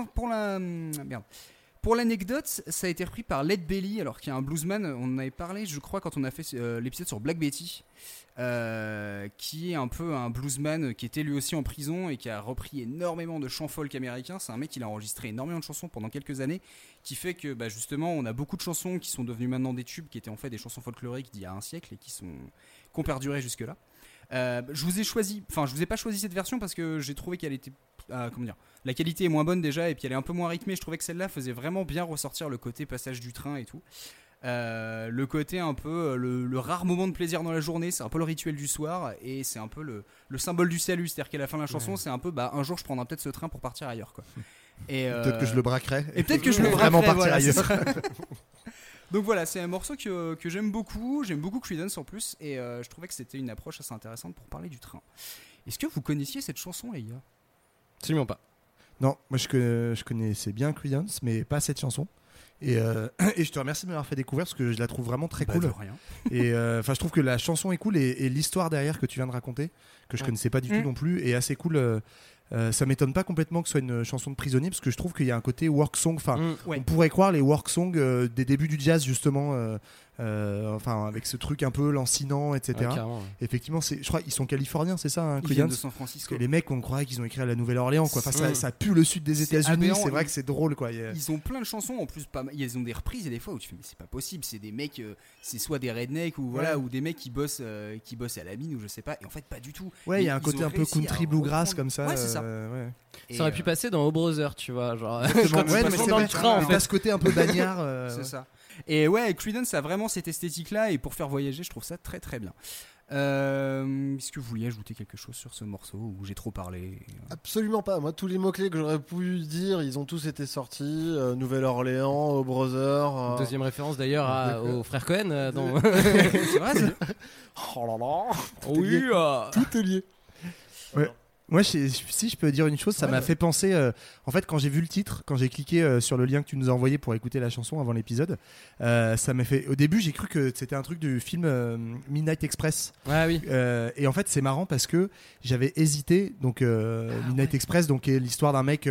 [SPEAKER 1] pour l'anecdote, ça a été repris par Led Belly, alors qui est un bluesman. On en avait parlé, je crois, quand on a fait l'épisode sur Black Betty, qui est un peu un bluesman qui était lui aussi en prison et qui a repris énormément de chants folk américains. C'est un mec qui a enregistré énormément de chansons pendant quelques années, qui fait que justement on a beaucoup de chansons qui sont devenues maintenant des tubes, qui étaient en fait des chansons folkloriques d'il y a un siècle et qui ont perduré jusque là. Je vous ai pas choisi cette version parce que j'ai trouvé qu'elle était la qualité est moins bonne déjà et puis elle est un peu moins rythmée. Je trouvais que celle-là faisait vraiment bien ressortir le côté passage du train et tout, le côté un peu le rare moment de plaisir dans la journée. C'est un peu le rituel du soir et c'est un peu le symbole du salut. C'est-à-dire qu'à la fin de la chanson, c'est un peu un jour je prendrai peut-être ce train pour partir ailleurs quoi. Et
[SPEAKER 7] peut-être que je le braquerai
[SPEAKER 1] et peut-être que je le
[SPEAKER 7] vraiment
[SPEAKER 1] braquerai,
[SPEAKER 7] partir ailleurs.
[SPEAKER 1] Donc voilà, c'est un morceau que j'aime beaucoup. J'aime beaucoup Creedence en plus. Et je trouvais que c'était une approche assez intéressante pour parler du train. Est-ce que vous connaissiez cette chanson, les gars ?
[SPEAKER 6] Absolument pas.
[SPEAKER 7] Non, moi je connaissais bien Creedence, mais pas cette chanson. Et je te remercie de m'avoir fait découvrir parce que je la trouve vraiment très cool.
[SPEAKER 1] De rien.
[SPEAKER 7] Et je trouve que la chanson est cool et l'histoire derrière que tu viens de raconter, que je connaissais pas du tout non plus, est assez cool. Ça m'étonne pas complètement que ce soit une chanson de prisonnier parce que je trouve qu'il y a un côté work song. Enfin, on pourrait croire les work songs des débuts du jazz justement. Enfin, avec ce truc un peu lancinant, etc. Effectivement, je crois qu'ils sont californiens, c'est ça, hein,
[SPEAKER 1] ils viennent de San Francisco.
[SPEAKER 7] Les mecs, on croirait qu'ils ont écrit à la Nouvelle-Orléans, quoi. Enfin, ça pue le sud des États-Unis. C'est vrai que c'est drôle, quoi.
[SPEAKER 1] Ils ont plein de chansons, en plus, ils ont des reprises et des fois où tu fais, mais c'est pas possible. C'est des mecs, c'est soit des rednecks ou voilà, ou des mecs qui bossent à la mine ou je sais pas. Et en fait, pas du tout.
[SPEAKER 7] Ouais, il y a un côté un peu country bluegrass comme ça.
[SPEAKER 1] Ouais, c'est ça.
[SPEAKER 6] Ça aurait pu passer dans O Brother, tu vois, genre.
[SPEAKER 7] Ouais, mais c'est dans le train, en fait. T'as ce côté un peu bagnard.
[SPEAKER 1] C'est ça. Et ouais, Creedence a vraiment cette esthétique-là, et pour faire voyager, je trouve ça très très bien. Est-ce que vous vouliez ajouter quelque chose sur ce morceau ou j'ai trop parlé ?
[SPEAKER 5] Absolument pas. Moi, tous les mots-clés que j'aurais pu dire, ils ont tous été sortis. Nouvelle-Orléans, au Brother.
[SPEAKER 6] Deuxième référence d'ailleurs aux frères Cohen.
[SPEAKER 1] C'est vrai ça ?
[SPEAKER 5] Oh là là.
[SPEAKER 6] Oui,
[SPEAKER 5] tout est lié.
[SPEAKER 7] Ouais. Moi, si je peux dire une chose, ça m'a fait penser. En fait, quand j'ai vu le titre, quand j'ai cliqué sur le lien que tu nous as envoyé pour écouter la chanson avant l'épisode, ça m'a fait. Au début, j'ai cru que c'était un truc du film Midnight Express.
[SPEAKER 6] Ah oui.
[SPEAKER 7] Et en fait, c'est marrant parce que j'avais hésité. Donc, Midnight Express, donc, est l'histoire d'un mec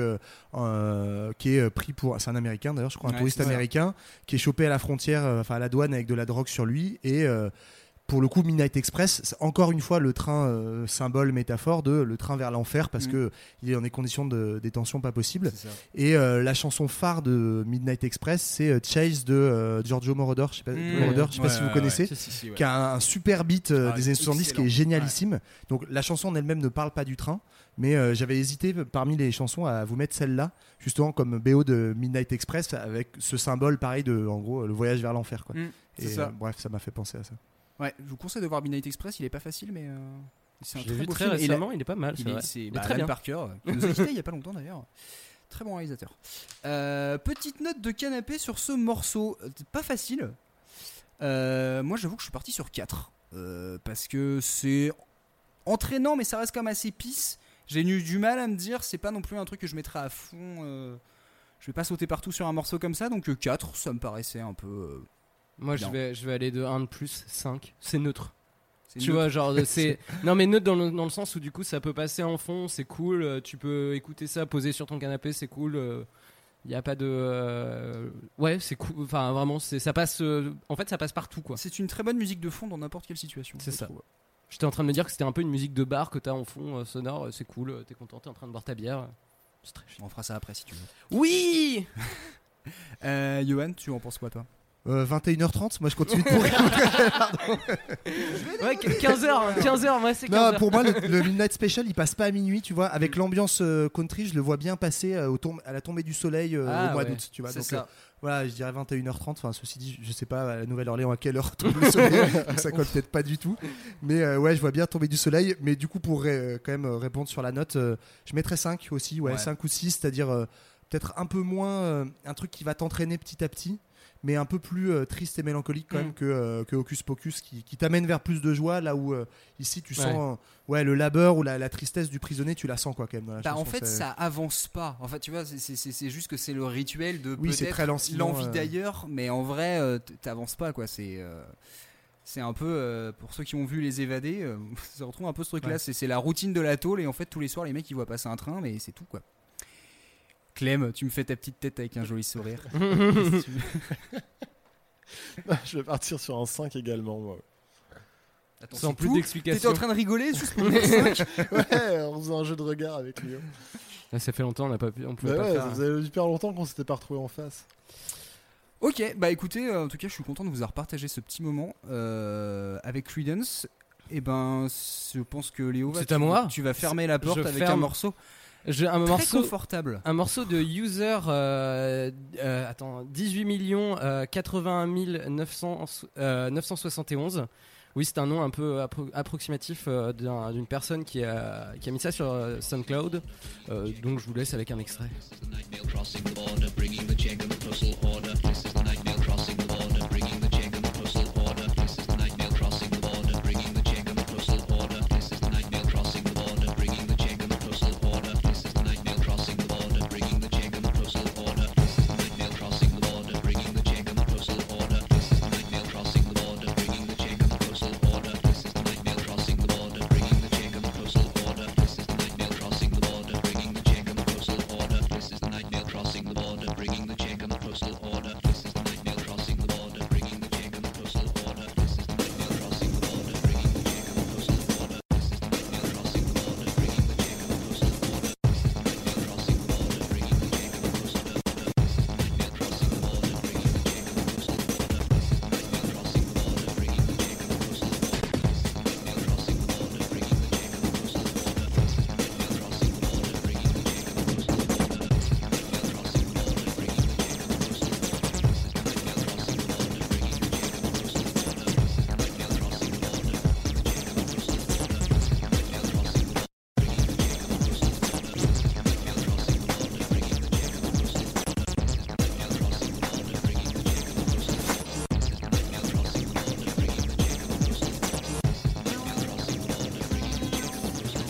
[SPEAKER 7] qui est pris pour. C'est un Américain d'ailleurs, je crois, un touriste américain qui est chopé à la frontière, enfin à la douane avec de la drogue sur lui et. Pour le coup, Midnight Express, c'est encore une fois le train symbole, métaphore de le train vers l'enfer parce que il est dans des conditions de détention pas possibles. Et la chanson phare de Midnight Express, c'est Chase de Giorgio Moroder. Je sais pas si vous connaissez, qui a un super beat des années 70 qui est génialissime. Donc la chanson en elle-même ne parle pas du train, mais j'avais hésité parmi les chansons à vous mettre celle-là, justement comme BO de Midnight Express avec ce symbole pareil de, en gros, le voyage vers l'enfer, quoi. Et bref, ça m'a fait penser à ça.
[SPEAKER 1] Ouais, je vous conseille de voir Midnight Express, il est pas facile, mais c'est un
[SPEAKER 6] très beau film. Récemment, il est pas mal.
[SPEAKER 1] C'est très bien. Parker, qui nous a quitté il y a pas longtemps d'ailleurs. Très bon réalisateur. Petite note de canapé sur ce morceau, pas facile. Moi, j'avoue que je suis parti sur 4 parce que c'est entraînant, mais ça reste quand même assez pisse. J'ai eu du mal à me dire, c'est pas non plus un truc que je mettrais à fond. Je vais pas sauter partout sur un morceau comme ça, donc 4, ça me paraissait un peu.
[SPEAKER 6] Moi, je vais aller de 1 de plus, 5. C'est neutre. Tu vois, genre, c'est. Non, mais neutre dans le sens où, du coup, ça peut passer en fond, c'est cool. Tu peux écouter ça, poser sur ton canapé, c'est cool. Il n'y a pas de. Ouais, c'est cool. Enfin, vraiment, ça passe. En fait, ça passe partout, quoi.
[SPEAKER 1] C'est une très bonne musique de fond dans n'importe quelle situation.
[SPEAKER 6] C'est ça. J'étais en train de me dire que c'était un peu une musique de bar que t'as en fond sonore. C'est cool. T'es content, t'es en train de boire ta bière. C'est très chiant.
[SPEAKER 1] On fera ça après si tu veux.
[SPEAKER 6] Oui.
[SPEAKER 1] Johan, tu en penses quoi, toi?
[SPEAKER 7] 21h30, moi je continue de courir.
[SPEAKER 6] Ouais, 15h, moi c'est 15h.
[SPEAKER 7] Non, pour moi le Midnight Special il passe pas à minuit, tu vois, avec l'ambiance country, je le vois bien passer à la tombée du soleil au mois d'août, tu vois.
[SPEAKER 1] C'est
[SPEAKER 7] donc
[SPEAKER 1] ça.
[SPEAKER 7] Voilà, je dirais 21h30, enfin ceci dit, je sais pas à la Nouvelle-Orléans à quelle heure tombe le soleil, ça colle peut-être pas du tout. Mais ouais, je vois bien tomber du soleil, mais du coup pour quand même répondre sur la note, je mettrais 5 aussi, 5 ou 6, c'est-à-dire peut-être un peu moins un truc qui va t'entraîner petit à petit. Mais un peu plus triste et mélancolique quand même que Hocus Pocus qui t'amène vers plus de joie, là où ici tu sens le labeur ou la tristesse du prisonnier, tu la sens quoi quand même dans la chanson,
[SPEAKER 1] en fait ça avance pas, en fait tu vois, c'est juste que c'est le rituel de
[SPEAKER 7] c'est très
[SPEAKER 1] l'envie d'ailleurs, mais en vrai t'avances pas quoi, c'est un peu pour ceux qui ont vu Les Évadés, ça retrouve un peu ce truc là, c'est la routine de la tôle, et en fait tous les soirs les mecs ils voient passer un train, mais c'est tout quoi. Clem, tu me fais ta petite tête avec un joli sourire.
[SPEAKER 5] Je vais partir sur un 5 également, moi.
[SPEAKER 1] Attends,
[SPEAKER 6] sans plus d'explications.
[SPEAKER 1] T'étais en train de rigoler juste pour dire 5.
[SPEAKER 5] Ouais, on faisait un jeu de regard avec Léo.
[SPEAKER 6] Là, ça fait longtemps, on pouvait pas faire.
[SPEAKER 5] Ça faisait hyper longtemps qu'on s'était pas retrouvés en face.
[SPEAKER 1] Ok, bah écoutez, en tout cas, je suis content de vous avoir partagé ce petit moment avec Creedence. Et ben, je pense que Léo, tu vas fermer la porte avec un morceau. Confortable.
[SPEAKER 6] Un morceau de User 18 81 971. Oui, c'est un nom un peu approximatif d'une personne qui a mis ça sur SoundCloud. Donc je vous laisse avec un extrait.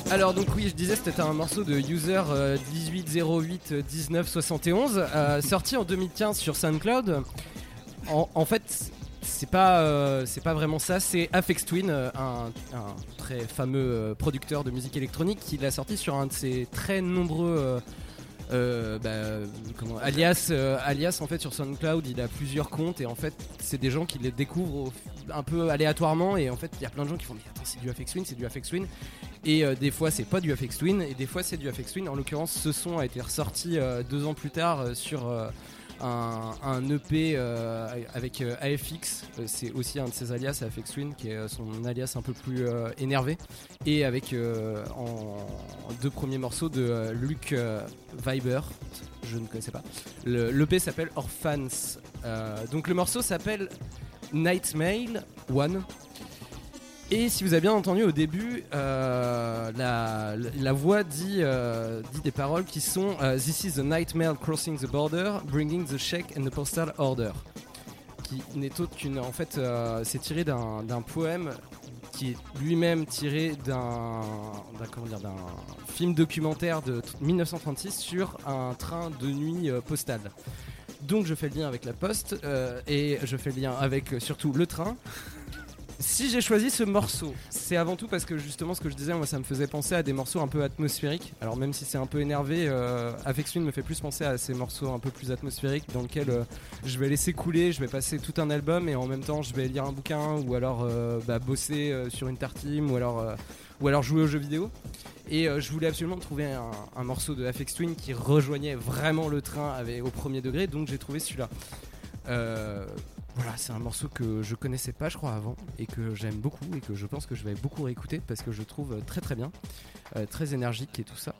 [SPEAKER 6] Alors donc oui, je disais c'était un morceau de User 18081971 sorti en 2015 sur SoundCloud. En fait, c'est pas vraiment ça, c'est Aphex Twin, un très fameux producteur de musique électronique qui l'a sorti sur un de ses très nombreux alias en fait sur SoundCloud. Il a plusieurs comptes et en fait c'est des gens qui les découvrent un peu aléatoirement et en fait il y a plein de gens qui font mais attends c'est du Aphex Twin et des fois c'est pas du Aphex Twin et des fois c'est du Aphex Twin. En l'occurrence ce son a été ressorti 2 ans plus tard sur un EP avec AFX, c'est aussi un de ses alias Aphex Twin qui est son alias un peu plus énervé, et avec en 2 premiers morceaux de Luke Vibert, je ne connaissais pas. L'EP s'appelle Orphans, donc le morceau s'appelle Nightmail One. Et si vous avez bien entendu au début, la voix dit des paroles qui sont This is the nightmare crossing the border, bringing the check and the postal order. Qui n'est autre qu'une. En fait, c'est tiré d'un poème qui est lui-même tiré d'un film documentaire de 1936 sur un train de nuit postal. Donc je fais le lien avec la poste et je fais le lien avec surtout le train. Si j'ai choisi ce morceau, c'est avant tout parce que justement ce que je disais, moi ça me faisait penser à des morceaux un peu atmosphériques. Alors même si c'est un peu énervé, Aphex Twin me fait plus penser à ces morceaux un peu plus atmosphériques dans lesquels je vais laisser couler, je vais passer tout un album et en même temps je vais lire un bouquin ou alors bosser sur une tartine ou alors jouer aux jeux vidéo. Et je voulais absolument trouver un morceau de Aphex Twin qui rejoignait vraiment le train au premier degré, donc j'ai trouvé celui-là. Voilà, c'est un morceau que je connaissais pas, je crois, avant, et que j'aime beaucoup, et que je pense que je vais beaucoup réécouter parce que je trouve très très bien, très énergique et tout ça.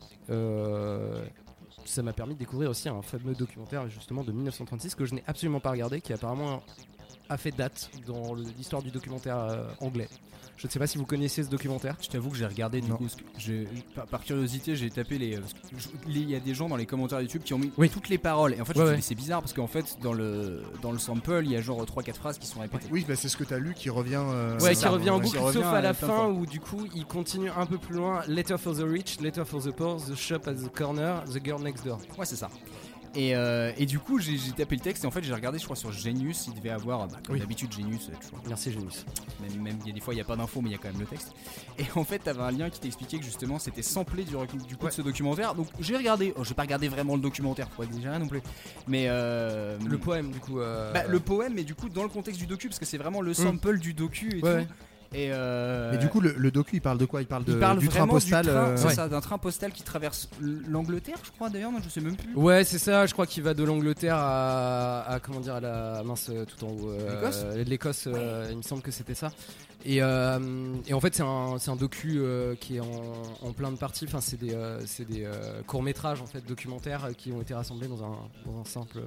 [SPEAKER 6] Ça m'a permis de découvrir aussi un fameux documentaire justement de 1936 que je n'ai absolument pas regardé, qui apparemment a fait date dans l'histoire du documentaire anglais. Je ne sais pas si vous connaissez ce documentaire.
[SPEAKER 1] Je t'avoue que j'ai regardé du coup, par curiosité, j'ai tapé il y a des gens dans les commentaires YouTube qui ont mis toutes les paroles. Et en fait, je me suis dit, c'est bizarre parce qu'en fait, dans le sample, il y a genre 3-4 phrases qui sont répétées.
[SPEAKER 7] Oui, c'est ce que t'as lu qui revient.
[SPEAKER 6] Qui revient en boucle, sauf à la fin où du coup, il continue un peu plus loin. Letter for the rich, letter for the poor, the shop at the corner, the girl next door.
[SPEAKER 1] Ouais, c'est ça. Et du coup j'ai tapé le texte et en fait j'ai regardé, je crois, sur Genius, il devait avoir comme d'habitude Genius toujours.
[SPEAKER 6] Merci Genius.
[SPEAKER 1] Même il y a des fois il y a pas d'infos mais il y a quand même le texte. Et en fait t'avais un lien qui t'expliquait que justement c'était samplé du coup de ce documentaire. Donc j'ai regardé, j'ai pas regardé vraiment le documentaire, faut pas exagérer non plus. Mais
[SPEAKER 6] le poème du coup
[SPEAKER 1] le poème, mais du coup dans le contexte du docu parce que c'est vraiment le sample du docu et tout.
[SPEAKER 7] Mais du coup, le docu, il parle de quoi? Il parle du train postal.
[SPEAKER 1] C'est ça, d'un train postal qui traverse l'Angleterre, je crois d'ailleurs, non, je sais même plus.
[SPEAKER 6] Ouais, c'est ça, je crois qu'il va de l'Angleterre à comment dire, à la mince tout en haut. L'Écosse, il me semble que c'était ça. Et en fait, c'est un docu qui est en plein de parties. Enfin, c'est des courts-métrages en fait, documentaires qui ont été rassemblés dans un simple.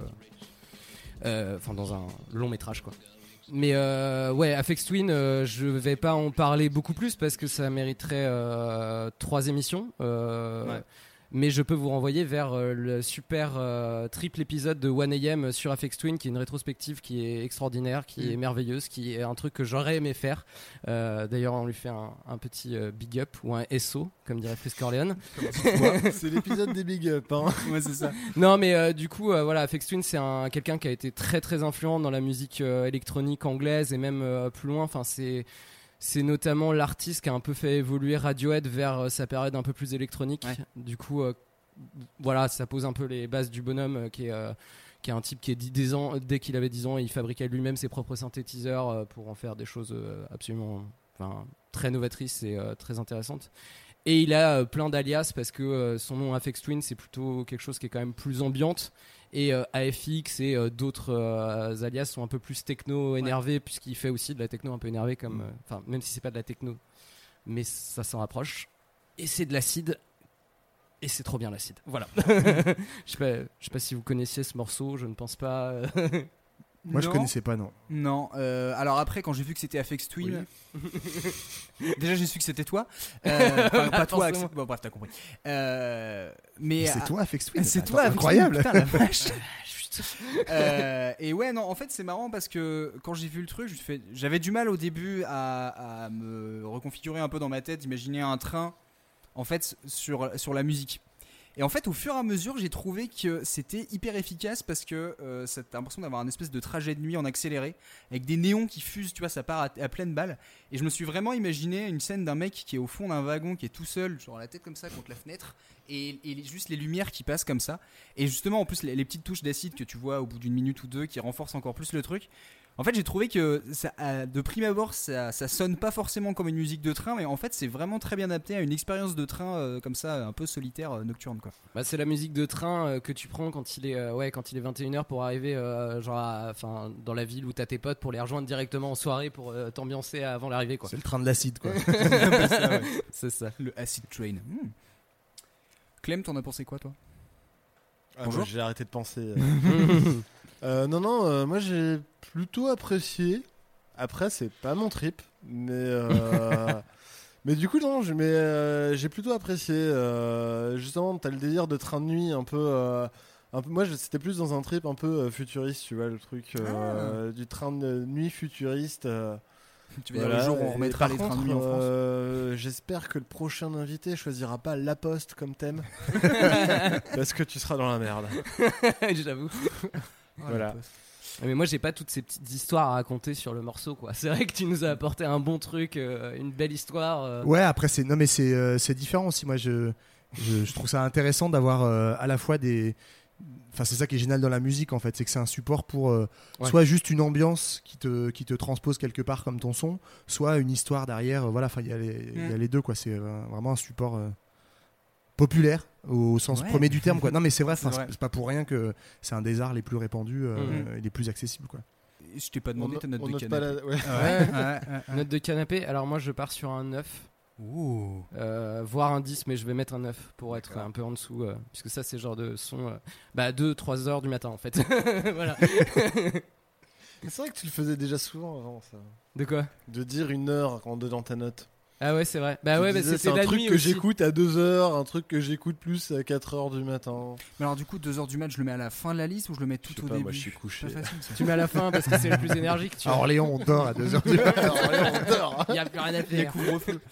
[SPEAKER 6] Dans un long-métrage quoi. Mais Aphex Twin, je vais pas en parler beaucoup plus parce que ça mériterait 3 émissions. Mais je peux vous renvoyer vers le super triple épisode de 1AM sur Aphex Twin, qui est une rétrospective qui est extraordinaire, qui est merveilleuse, qui est un truc que j'aurais aimé faire. D'ailleurs, on lui fait un petit big up ou un SO, comme dirait Frisk Corleone.
[SPEAKER 5] C'est l'épisode des big up, hein.
[SPEAKER 1] Ouais, c'est ça.
[SPEAKER 6] Non, mais du coup, Aphex Twin, c'est quelqu'un qui a été très très influent dans la musique électronique anglaise et même plus loin. Enfin, c'est notamment l'artiste qui a un peu fait évoluer Radiohead vers sa période un peu plus électronique. Ouais. Du coup, ça pose un peu les bases du bonhomme qui est un type qui est 10 ans, dès qu'il avait 10 ans, il fabriquait lui-même ses propres synthétiseurs pour en faire des choses absolument très novatrices et très intéressantes. Et il a plein d'alias parce que son nom Aphex Twin, c'est plutôt quelque chose qui est quand même plus ambiante. Et AFX et d'autres alias sont un peu plus techno énervés, puisqu'il fait aussi de la techno un peu énervée, comme même si c'est pas de la techno, mais ça s'en rapproche. Et c'est de l'acide, et c'est trop bien l'acide. Voilà. Je sais pas si vous connaissiez ce morceau, je ne pense pas.
[SPEAKER 7] Moi, je connaissais pas, non.
[SPEAKER 1] Non. Alors après, quand j'ai vu que c'était Aphex Twin, déjà j'ai su que c'était toi. Pas toi. Bon, bref, t'as compris. Mais
[SPEAKER 7] c'est toi, Aphex Twin.
[SPEAKER 1] C'est toi,
[SPEAKER 7] incroyable.
[SPEAKER 1] Putain, la vache. Et ouais, non. En fait, c'est marrant parce que quand j'ai vu le truc, j'avais du mal au début à me reconfigurer un peu dans ma tête, d'imaginer un train en fait sur la musique. Et en fait, au fur et à mesure, j'ai trouvé que c'était hyper efficace parce que t'as l'impression d'avoir un espèce de trajet de nuit en accéléré avec des néons qui fusent, tu vois, ça part à pleine balle. Et je me suis vraiment imaginé une scène d'un mec qui est au fond d'un wagon, qui est tout seul, genre la tête comme ça contre la fenêtre, et juste les lumières qui passent comme ça. Et justement, en plus, les petites touches d'acide que tu vois au bout d'une minute ou deux qui renforcent encore plus le truc. En fait, j'ai trouvé que ça, de prime abord, ça sonne pas forcément comme une musique de train, mais en fait, c'est vraiment très bien adapté à une expérience de train comme ça, un peu solitaire, nocturne, quoi.
[SPEAKER 6] Bah, c'est la musique de train que tu prends quand il est 21h pour arriver dans la ville où t'as tes potes pour les rejoindre directement en soirée pour t'ambiancer avant l'arrivée, quoi.
[SPEAKER 7] C'est le train de l'acide, quoi.
[SPEAKER 6] C'est ça.
[SPEAKER 1] Le acid train. Clem, t'en as pensé quoi, toi?
[SPEAKER 5] Bonjour. Moi, j'ai arrêté de penser. Non, moi j'ai plutôt apprécié. Après, c'est pas mon trip, mais mais du coup non, j'ai plutôt apprécié. Justement, t'as le délire de train de nuit un peu. Moi, c'était plus dans un trip un peu futuriste, tu vois, le truc du train de nuit futuriste.
[SPEAKER 1] Tu veux dire le jour où on remettra les trains de nuit en France.
[SPEAKER 5] J'espère que le prochain invité choisira pas La Poste comme thème, parce que tu seras dans la merde.
[SPEAKER 6] J'avoue.
[SPEAKER 5] Voilà.
[SPEAKER 6] Mais moi j'ai pas toutes ces petites histoires à raconter sur le morceau, quoi. C'est vrai que tu nous as apporté un bon truc, une belle histoire.
[SPEAKER 7] Ouais, après c'est différent aussi. Moi je trouve ça intéressant d'avoir à la fois des. Enfin, c'est ça qui est génial dans la musique en fait, c'est que c'est un support pour soit juste une ambiance qui te transpose quelque part comme ton son, soit une histoire derrière. Voilà, enfin il y a les deux, quoi. C'est vraiment un support populaire au sens premier du terme, quoi. Non mais c'est vrai, c'est pas pour rien que c'est un des arts les plus répandus et les plus accessibles, quoi.
[SPEAKER 1] Je t'ai pas demandé ta note de
[SPEAKER 5] note
[SPEAKER 1] canapé.
[SPEAKER 6] Note de canapé, alors moi je pars sur un 9. Voire un 10, mais je vais mettre un 9 pour être un peu en dessous, puisque ça c'est le genre de son 2-3 heures du matin en fait. Voilà.
[SPEAKER 5] C'est vrai que tu le faisais déjà souvent avant, ça.
[SPEAKER 6] De quoi?
[SPEAKER 5] De dire 1 heure dans ta note.
[SPEAKER 6] Ah ouais, c'est vrai. Bah ouais,
[SPEAKER 5] c'est
[SPEAKER 6] la
[SPEAKER 5] un truc
[SPEAKER 6] nuit
[SPEAKER 5] que
[SPEAKER 6] aussi.
[SPEAKER 5] j'écoute à 2 heures, un truc que j'écoute plus à 4 heures du matin.
[SPEAKER 1] Mais alors du coup 2 heures du match, je le mets à la fin de la liste ou je le mets tout au début?
[SPEAKER 5] Moi je suis couché.
[SPEAKER 1] C'est pas facile, ça.
[SPEAKER 6] Tu mets à la fin parce que c'est le plus énergique.
[SPEAKER 7] À Orléans, on dort à 2h du matin.
[SPEAKER 6] Il y a plus rien à
[SPEAKER 1] Il y a
[SPEAKER 6] faire.
[SPEAKER 1] couvre-feu.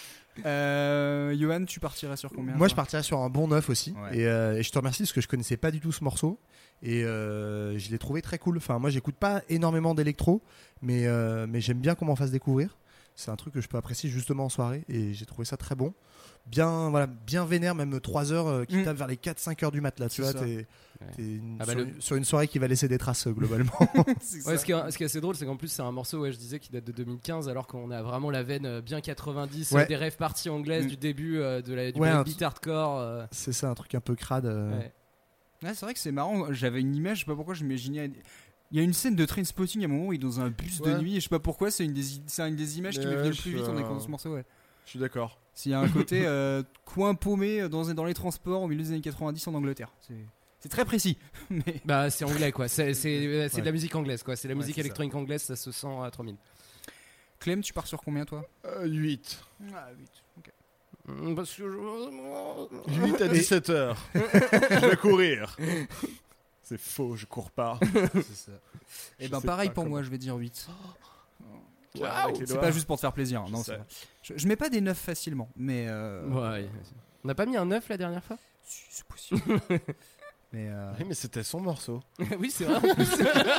[SPEAKER 1] Johan, tu partirais sur combien?
[SPEAKER 7] Moi je partirais sur un bon 9 aussi.
[SPEAKER 1] Ouais.
[SPEAKER 7] Et je te remercie parce que je connaissais pas du tout ce morceau et je l'ai trouvé très cool. Enfin, moi j'écoute pas énormément d'électro, mais j'aime bien qu'on m'en fasse découvrir. C'est un truc que je peux apprécier justement en soirée et j'ai trouvé ça très bon. Bien vénère, même 3 heures qui tape vers les 4-5 heures du mat là. Tu vois, t'es sur une soirée qui va laisser des traces globalement.
[SPEAKER 6] Ouais, ce qui est assez drôle, c'est qu'en plus c'est un morceau, je disais, qui date de 2015, alors qu'on a vraiment la veine bien 90, des rave parties anglaises du début du beat hardcore.
[SPEAKER 7] C'est ça, un truc un peu crade.
[SPEAKER 1] Ouais, c'est vrai que c'est marrant. J'avais une image, je sais pas pourquoi, j'imaginais. Il y a une scène de Trainspotting à un moment où il est dans un bus de nuit et je sais pas pourquoi, c'est une des images qui me vient le plus vite en écoutant ce morceau. Ouais.
[SPEAKER 5] Je suis d'accord.
[SPEAKER 1] S'il y a un côté coin paumé dans les transports au milieu des années 90 en Angleterre. C'est très précis. Mais...
[SPEAKER 6] Bah c'est anglais, quoi. C'est de la musique anglaise, quoi. C'est la musique électronique anglaise, ça se sent à 3000.
[SPEAKER 1] Clem, tu pars sur combien, toi?
[SPEAKER 5] 8.
[SPEAKER 1] Ah, 8. Ok.
[SPEAKER 6] Parce que
[SPEAKER 5] 8 à 17h. Je vais courir. C'est faux, je cours pas.
[SPEAKER 1] C'est ça. Et ben pareil pour moi, je vais dire 8.
[SPEAKER 5] Wow,
[SPEAKER 1] c'est pas juste pour te faire plaisir. Non, c'est vrai. Je mets pas des 9 facilement, mais.
[SPEAKER 6] Ouais. On n'a pas mis un 9 la dernière fois?
[SPEAKER 1] Si, c'est possible. Mais
[SPEAKER 5] oui, mais c'était son morceau.
[SPEAKER 6] Oui, c'est vrai en plus.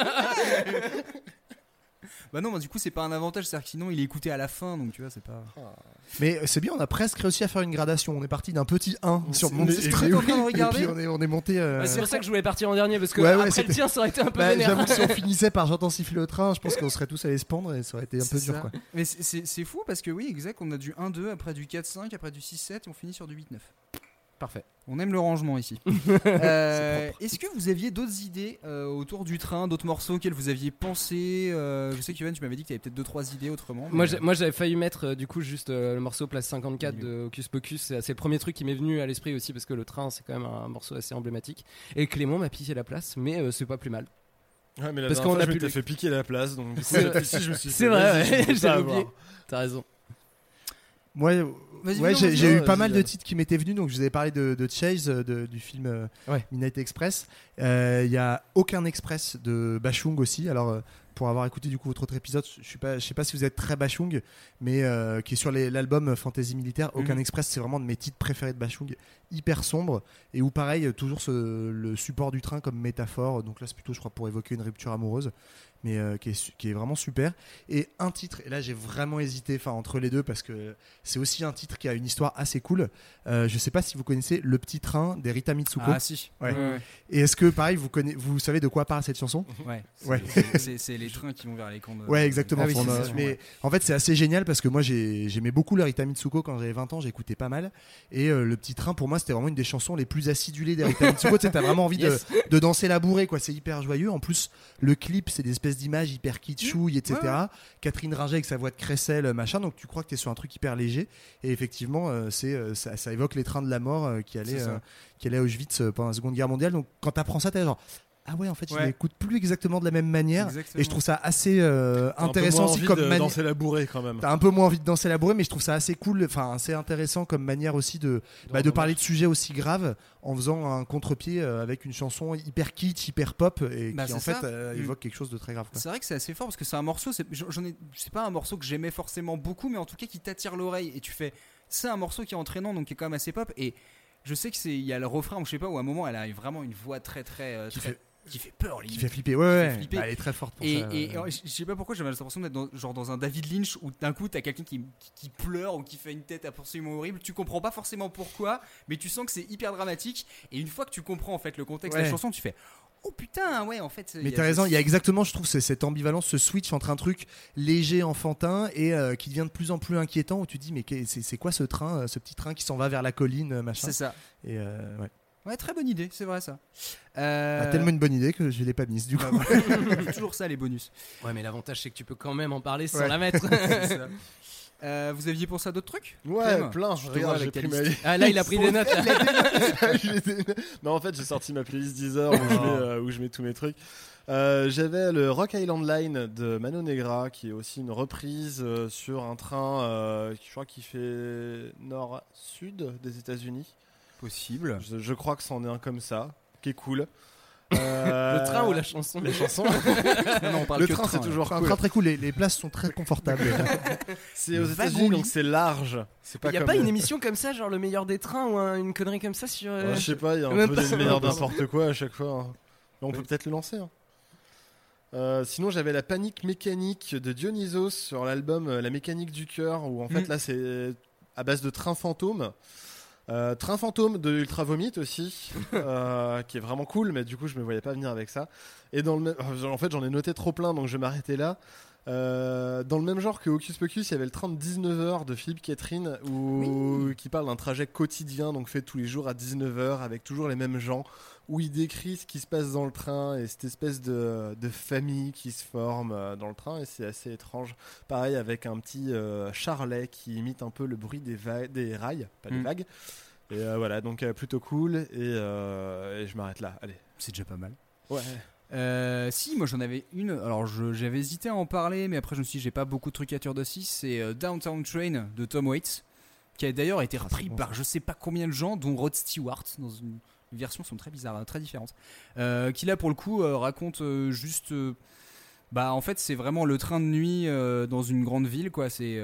[SPEAKER 1] Bah non, du coup, c'est pas un avantage, c'est-à-dire que sinon il est écouté à la fin, donc tu vois, c'est pas.
[SPEAKER 7] Mais c'est bien, on a presque réussi à faire une gradation. On est parti d'un petit 1 sur mon
[SPEAKER 1] c'est très en train de regarder.
[SPEAKER 7] Et puis on est monté.
[SPEAKER 6] C'est pour ça que je voulais partir en dernier, parce que après le tien, ça aurait été un peu vénère.
[SPEAKER 7] J'avoue que si on finissait par J'entends siffler le train, je pense qu'on serait tous allés se pendre et ça aurait été un peu dur, quoi.
[SPEAKER 1] Mais c'est fou parce que oui, exact, on a du 1-2, après du 4-5, après du 6-7 et on finit sur du 8-9.
[SPEAKER 6] Parfait.
[SPEAKER 1] On aime le rangement ici. Est-ce que vous aviez d'autres idées autour du train, d'autres morceaux auxquels vous aviez pensé? Je sais que Yoann, tu m'avais dit que tu avais peut-être 2-3 idées autrement.
[SPEAKER 6] Mais... Moi j'avais failli mettre du coup juste le morceau Place 54 de Hocus Pocus. C'est le premier truc qui m'est venu à l'esprit aussi parce que le train c'est quand même un morceau assez emblématique. Et Clément m'a piqué la place, mais c'est pas plus mal.
[SPEAKER 5] Ouais, mais la
[SPEAKER 6] parce
[SPEAKER 5] dernière
[SPEAKER 6] qu'on
[SPEAKER 5] fois,
[SPEAKER 6] a
[SPEAKER 5] je m'étais fait piquer la place, donc du coup,
[SPEAKER 6] c'est
[SPEAKER 5] je me suis dit,
[SPEAKER 6] c'est vrai, j'ai oublié. T'as raison.
[SPEAKER 7] Moi, j'ai eu pas mal de titres qui m'étaient venus, donc je vous avais parlé de Chase, du film Midnight Express. Il y a Aucun Express de Bachung aussi. Alors, pour avoir écouté du coup votre autre épisode. Je sais pas si vous êtes très Bashung, mais qui est sur l'album Fantasy Militaire. Aucun Express, c'est vraiment de mes titres préférés de Bashung, hyper sombre, et où pareil, toujours le support du train comme métaphore. Donc là, c'est plutôt, je crois, pour évoquer une rupture amoureuse, mais qui est vraiment super. Et un titre, et là j'ai vraiment hésité entre les deux, parce que c'est aussi un titre qui a une histoire assez cool. Je sais pas si vous connaissez Le Petit Train des Rita Mitsuko.
[SPEAKER 1] Ah si.
[SPEAKER 7] Ouais.
[SPEAKER 1] Ouais.
[SPEAKER 7] Et est-ce que pareil, vous savez de quoi parle cette chanson?
[SPEAKER 1] Ouais.
[SPEAKER 7] Ouais.
[SPEAKER 1] C'est les trains qui vont vers les camps de...
[SPEAKER 7] Ouais, exactement.
[SPEAKER 1] Ah oui, c'est ça,
[SPEAKER 7] Mais
[SPEAKER 1] ouais.
[SPEAKER 7] en fait, c'est assez génial parce que moi, j'aimais beaucoup la Rita Mitsuko quand j'avais 20 ans, j'écoutais pas mal. Et Le Petit Train, pour moi, c'était vraiment une des chansons les plus acidulées des Rita Mitsuko. Tu sais, t'as vraiment envie de danser la bourrée, quoi. C'est hyper joyeux. En plus, le clip, c'est des espèces d'images hyper kitschouilles, etc. Ouais. Catherine Ringer avec sa voix de crécelle, machin. Donc, tu crois que t'es sur un truc hyper léger. Et effectivement, ça évoque les trains de la mort qui allaient à Auschwitz pendant la Seconde Guerre mondiale. Donc, quand t'apprends ça, t'es genre... Ah ouais, en fait, je l'écoute plus exactement de la même manière. Exactement. Et je trouve ça assez intéressant aussi comme manière.
[SPEAKER 5] Danser la bourrée quand même.
[SPEAKER 7] T'as un peu moins envie de danser la bourrée, mais je trouve ça assez cool, enfin assez intéressant comme manière aussi de parler de sujets aussi graves en faisant un contre-pied avec une chanson hyper kitsch, hyper pop et qui en fait évoque quelque chose de très grave. Quoi.
[SPEAKER 1] C'est vrai que c'est assez fort parce que c'est un morceau, c'est pas un morceau que j'aimais forcément beaucoup, mais en tout cas qui t'attire l'oreille et tu fais, c'est un morceau qui est entraînant donc qui est quand même assez pop et je sais que il y a le refrain, je sais pas, où à un moment elle a vraiment une voix très qui fait peur,
[SPEAKER 7] qui fait flipper, ouais. Bah, elle est très forte pour ça.
[SPEAKER 1] Et je sais pas pourquoi j'avais l'impression d'être dans un David Lynch où d'un coup t'as quelqu'un qui pleure ou qui fait une tête absolument horrible. Tu comprends pas forcément pourquoi, mais tu sens que c'est hyper dramatique. Et une fois que tu comprends en fait le contexte de la chanson, tu fais oh putain, ouais, en fait.
[SPEAKER 7] Mais t'as raison, il y a exactement, je trouve, cette ambivalence, ce switch entre un truc léger, enfantin et qui devient de plus en plus inquiétant où tu te dis mais c'est quoi ce train, ce petit train qui s'en va vers la colline, machin.
[SPEAKER 1] C'est ça.
[SPEAKER 7] Et ouais.
[SPEAKER 1] Ouais, très bonne idée, c'est vrai ça.
[SPEAKER 7] Tellement une bonne idée que je l'ai pas mise du coup.
[SPEAKER 1] C'est toujours ça les bonus.
[SPEAKER 6] Ouais, mais l'avantage c'est que tu peux quand même en parler sans la mettre.
[SPEAKER 1] C'est ça. Vous aviez pensé à d'autres trucs?
[SPEAKER 5] Ouais, plein. Regarde, j'ai pris ma liste.
[SPEAKER 6] Ah là, il a pris des notes.
[SPEAKER 5] Non, en fait, j'ai sorti ma playlist Deezer où je mets tous mes trucs. J'avais le Rock Island Line de Mano Negra qui est aussi une reprise sur un train je crois qui fait nord-sud des États-Unis.
[SPEAKER 1] Possible.
[SPEAKER 5] Je crois que c'en est un comme ça, qui est cool.
[SPEAKER 6] Le train ou la chanson?
[SPEAKER 5] La chanson.
[SPEAKER 1] Non, on parle
[SPEAKER 5] le
[SPEAKER 1] que
[SPEAKER 5] train,
[SPEAKER 1] de train,
[SPEAKER 5] c'est toujours cool.
[SPEAKER 7] Un train très cool, les places sont très confortables.
[SPEAKER 5] C'est aux États-Unis, donc c'est large.
[SPEAKER 6] Il n'y a pas une émission comme ça, genre le meilleur des trains ou une connerie comme ça sur.
[SPEAKER 5] Je sais pas, il y a un peu des meilleurs n'importe quoi à chaque fois. Hein. On peut peut-être le lancer. Hein. Sinon, j'avais la panique mécanique de Dionysos sur l'album La mécanique du cœur, où en fait là c'est à base de train fantôme. Train fantôme de Ultra Vomit aussi, qui est vraiment cool, mais du coup je me voyais pas venir avec ça. Et en fait j'en ai noté trop plein, donc je vais m'arrêter là. Dans le même genre que Hocus Pocus, il y avait le train de 19h de Philippe Catherine qui parle d'un trajet quotidien, donc fait tous les jours à 19h avec toujours les mêmes gens, où il décrit ce qui se passe dans le train et cette espèce de famille qui se forme dans le train, et c'est assez étrange. Pareil avec un petit charlet qui imite un peu le bruit des rails, pas des vagues. Et voilà, donc plutôt cool, et je m'arrête là. Allez,
[SPEAKER 1] c'est déjà pas mal.
[SPEAKER 5] Ouais.
[SPEAKER 1] Si, moi j'en avais une. Alors j'avais hésité à en parler, mais après je me suis dit j'ai pas beaucoup de trucs à de 6. C'est Downtown Train de Tom Waits, qui a d'ailleurs été repris par je sais pas combien de gens, dont Rod Stewart, dans une version sont très bizarres, très différentes. Qui là pour le coup raconte juste. En fait c'est vraiment le train de nuit dans une grande ville quoi. C'est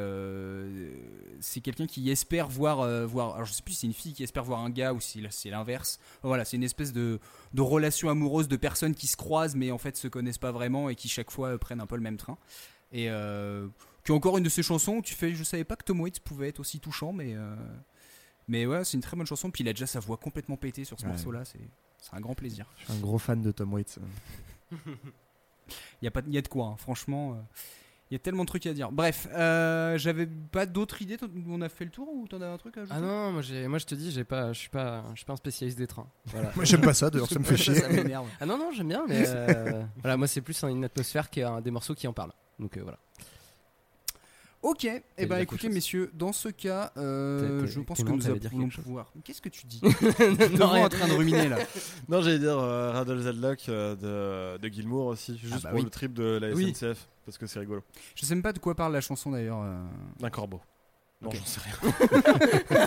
[SPEAKER 1] quelqu'un qui espère voir alors je sais plus si c'est une fille qui espère voir un gars ou si là, c'est l'inverse. Voilà, c'est une espèce de relation amoureuse de personnes qui se croisent mais en fait se connaissent pas vraiment et qui chaque fois prennent un peu le même train. Et qui est encore une de ces chansons où tu fais je savais pas que Tom Waits pouvait être aussi touchant mais ouais, c'est une très bonne chanson, puis il a déjà sa voix complètement pétée sur ce morceau là, c'est un grand plaisir.
[SPEAKER 7] Je suis un gros fan de Tom Waits.
[SPEAKER 1] Il y a de quoi, hein. Franchement, il y a tellement de trucs à dire. Bref, j'avais pas d'autres idées. On a fait le tour ou t'en as un truc à ajouter?
[SPEAKER 6] Ah non, moi je te dis, je suis pas un spécialiste des trains. Voilà.
[SPEAKER 7] Moi j'aime pas ça, d'ailleurs ça me fait chier.
[SPEAKER 1] Ça m'énerve.
[SPEAKER 6] Ah non, j'aime bien, mais voilà, moi c'est plus une atmosphère qui a des morceaux qui en parlent. Donc voilà.
[SPEAKER 1] Ok, et écoutez messieurs, dans ce cas, je pense que nous allons pouvoir. Qu'est-ce que tu dis? En train de ruminer là.
[SPEAKER 5] Non, j'allais dire Rattle That Lock de Gilmour aussi, juste pour le trip de la SNCF, parce que c'est rigolo.
[SPEAKER 1] Je sais même pas de quoi parle la chanson d'ailleurs.
[SPEAKER 5] D'un corbeau. Non,
[SPEAKER 1] okay.
[SPEAKER 5] J'en sais rien.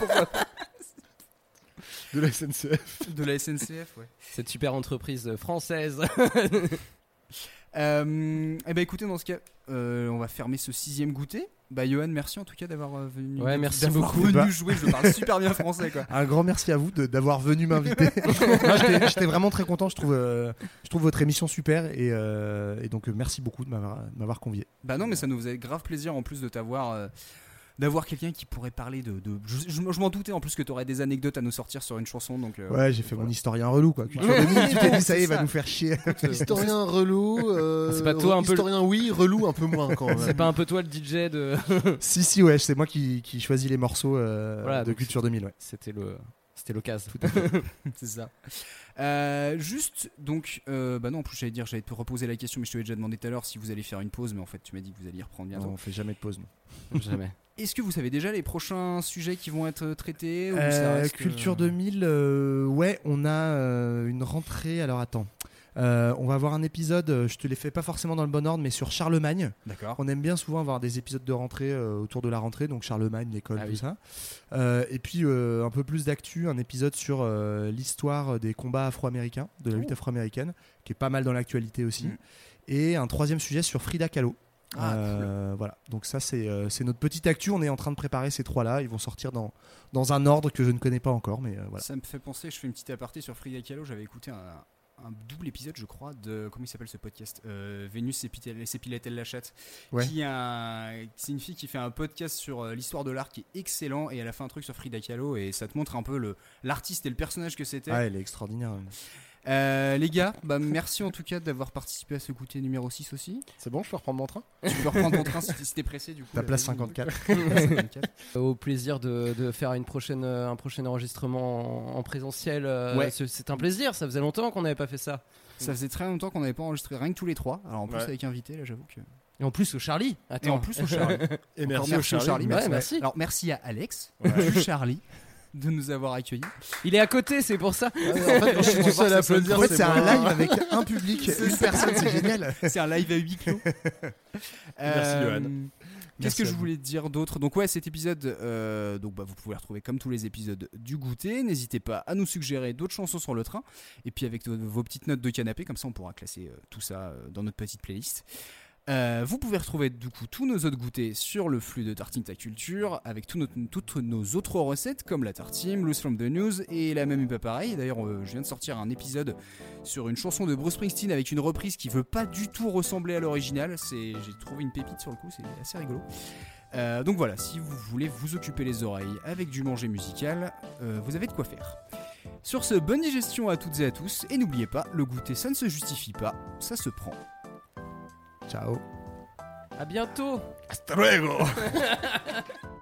[SPEAKER 5] De la SNCF.
[SPEAKER 1] De la SNCF, ouais.
[SPEAKER 6] Cette super entreprise française.
[SPEAKER 1] Eh ben écoutez, dans ce cas, on va fermer ce 6e goûter. Bah Johan, merci en tout cas d'avoir venu.
[SPEAKER 6] Ouais, merci
[SPEAKER 1] d'avoir
[SPEAKER 6] beaucoup.
[SPEAKER 1] venu jouer. Je parle super bien français quoi.
[SPEAKER 7] Un grand merci à vous d'avoir venu m'inviter. Non, j'étais vraiment très content. Je trouve votre émission super et donc merci beaucoup de m'avoir convié.
[SPEAKER 1] Bah non, mais ça nous faisait grave plaisir en plus de t'avoir. D'avoir quelqu'un qui pourrait parler de... Je m'en doutais en plus que tu aurais des anecdotes à nous sortir sur une chanson. Donc,
[SPEAKER 7] ouais, j'ai fait mon historien relou quoi. Culture 2000, tu t'es dit ça y est, il va nous faire chier.
[SPEAKER 5] Historien relou,
[SPEAKER 6] C'est pas toi un peu
[SPEAKER 5] historien oui, relou un peu moins quand même.
[SPEAKER 6] C'est pas un peu toi le DJ de.
[SPEAKER 7] Si, ouais, c'est moi qui choisis les morceaux
[SPEAKER 6] Voilà,
[SPEAKER 7] de
[SPEAKER 6] donc
[SPEAKER 7] Culture 2000. Ouais.
[SPEAKER 6] C'était l'occasion.
[SPEAKER 1] c'est ça. Juste, donc, bah non, en plus j'allais te reposer la question, mais je te l'ai déjà demandé tout à l'heure si vous allez faire une pause, mais en fait tu m'as dit que vous alliez reprendre bientôt.
[SPEAKER 7] Non, on fait jamais de pause.
[SPEAKER 6] Jamais.
[SPEAKER 1] Est-ce que vous savez déjà les prochains sujets qui vont être traités ou ça reste
[SPEAKER 7] Culture 2000, ouais, on a une rentrée. Alors attends. On va avoir un épisode, je te l'ai fait pas forcément dans le bon ordre, mais sur Charlemagne.
[SPEAKER 1] D'accord.
[SPEAKER 7] On aime bien souvent avoir des épisodes de rentrée autour de la rentrée, donc Charlemagne, l'école, tout ça. Et puis un peu plus d'actu, un épisode sur l'histoire des combats afro-américains, de la lutte afro-américaine, qui est pas mal dans l'actualité aussi. Et un 3e sujet sur Frida Kahlo. Cool. Voilà, donc ça c'est notre petite actu. On est en train de préparer ces 3-là. Ils vont sortir dans un ordre que je ne connais pas encore, mais voilà.
[SPEAKER 1] Ça me fait penser, je fais une petite aparté sur Frida Kahlo. J'avais écouté un double épisode, je crois, de comment il s'appelle ce podcast, Vénus s'épilait-elle la chatte, c'est une fille qui fait un podcast sur l'histoire de l'art qui est excellent, et elle a fait un truc sur Frida Kahlo et ça te montre un peu l'artiste et le personnage que c'était.
[SPEAKER 7] Ah, elle est extraordinaire.
[SPEAKER 1] Les gars, bah merci en tout cas d'avoir participé à ce goûter numéro 6 aussi.
[SPEAKER 5] C'est bon, je peux reprendre mon train?
[SPEAKER 1] Tu peux reprendre ton train si t'es pressé du coup.
[SPEAKER 7] Ta place 54.
[SPEAKER 6] Au plaisir de faire un prochain enregistrement en présentiel.
[SPEAKER 1] Ouais.
[SPEAKER 6] C'est un plaisir, ça faisait longtemps qu'on n'avait pas fait ça.
[SPEAKER 1] Ça faisait très longtemps qu'on n'avait pas enregistré rien que tous les 3. Alors en plus avec invité, là j'avoue que...
[SPEAKER 6] Et en plus au Charlie.
[SPEAKER 1] Et en plus au Charlie.
[SPEAKER 5] Et merci au Charlie.
[SPEAKER 6] Merci.
[SPEAKER 1] Alors merci à Alex, du Charlie, de nous avoir accueillis.
[SPEAKER 6] Il est à côté, c'est pour ça.
[SPEAKER 5] En fait, quand je suis tout seul à applaudir,
[SPEAKER 7] En fait, c'est un live avec un public, une personne, c'est génial.
[SPEAKER 1] C'est un live à huis clos.
[SPEAKER 5] Merci, Johan.
[SPEAKER 1] Qu'est-ce que je voulais te dire d'autre? Donc ouais, cet épisode, donc bah, vous pouvez le retrouver comme tous les épisodes du goûter. N'hésitez pas à nous suggérer d'autres chansons sur le train. Et puis avec vos petites notes de canapé, comme ça on pourra classer tout ça dans notre petite playlist. Vous pouvez retrouver du coup tous nos autres goûters sur le flux de Tartine Ta Culture, avec toutes nos autres recettes comme la tartine, Loose from the News et la même pas pareil. D'ailleurs je viens de sortir un épisode sur une chanson de Bruce Springsteen avec une reprise qui veut pas du tout ressembler à l'original. J'ai trouvé une pépite sur le coup, c'est assez rigolo. Donc voilà, si vous voulez vous occuper les oreilles avec du manger musical, vous avez de quoi faire. Sur ce, bonne digestion à toutes et à tous, et n'oubliez pas, le goûter ça ne se justifie pas, ça se prend.
[SPEAKER 7] Ciao.
[SPEAKER 6] À bientôt.
[SPEAKER 5] Hasta luego.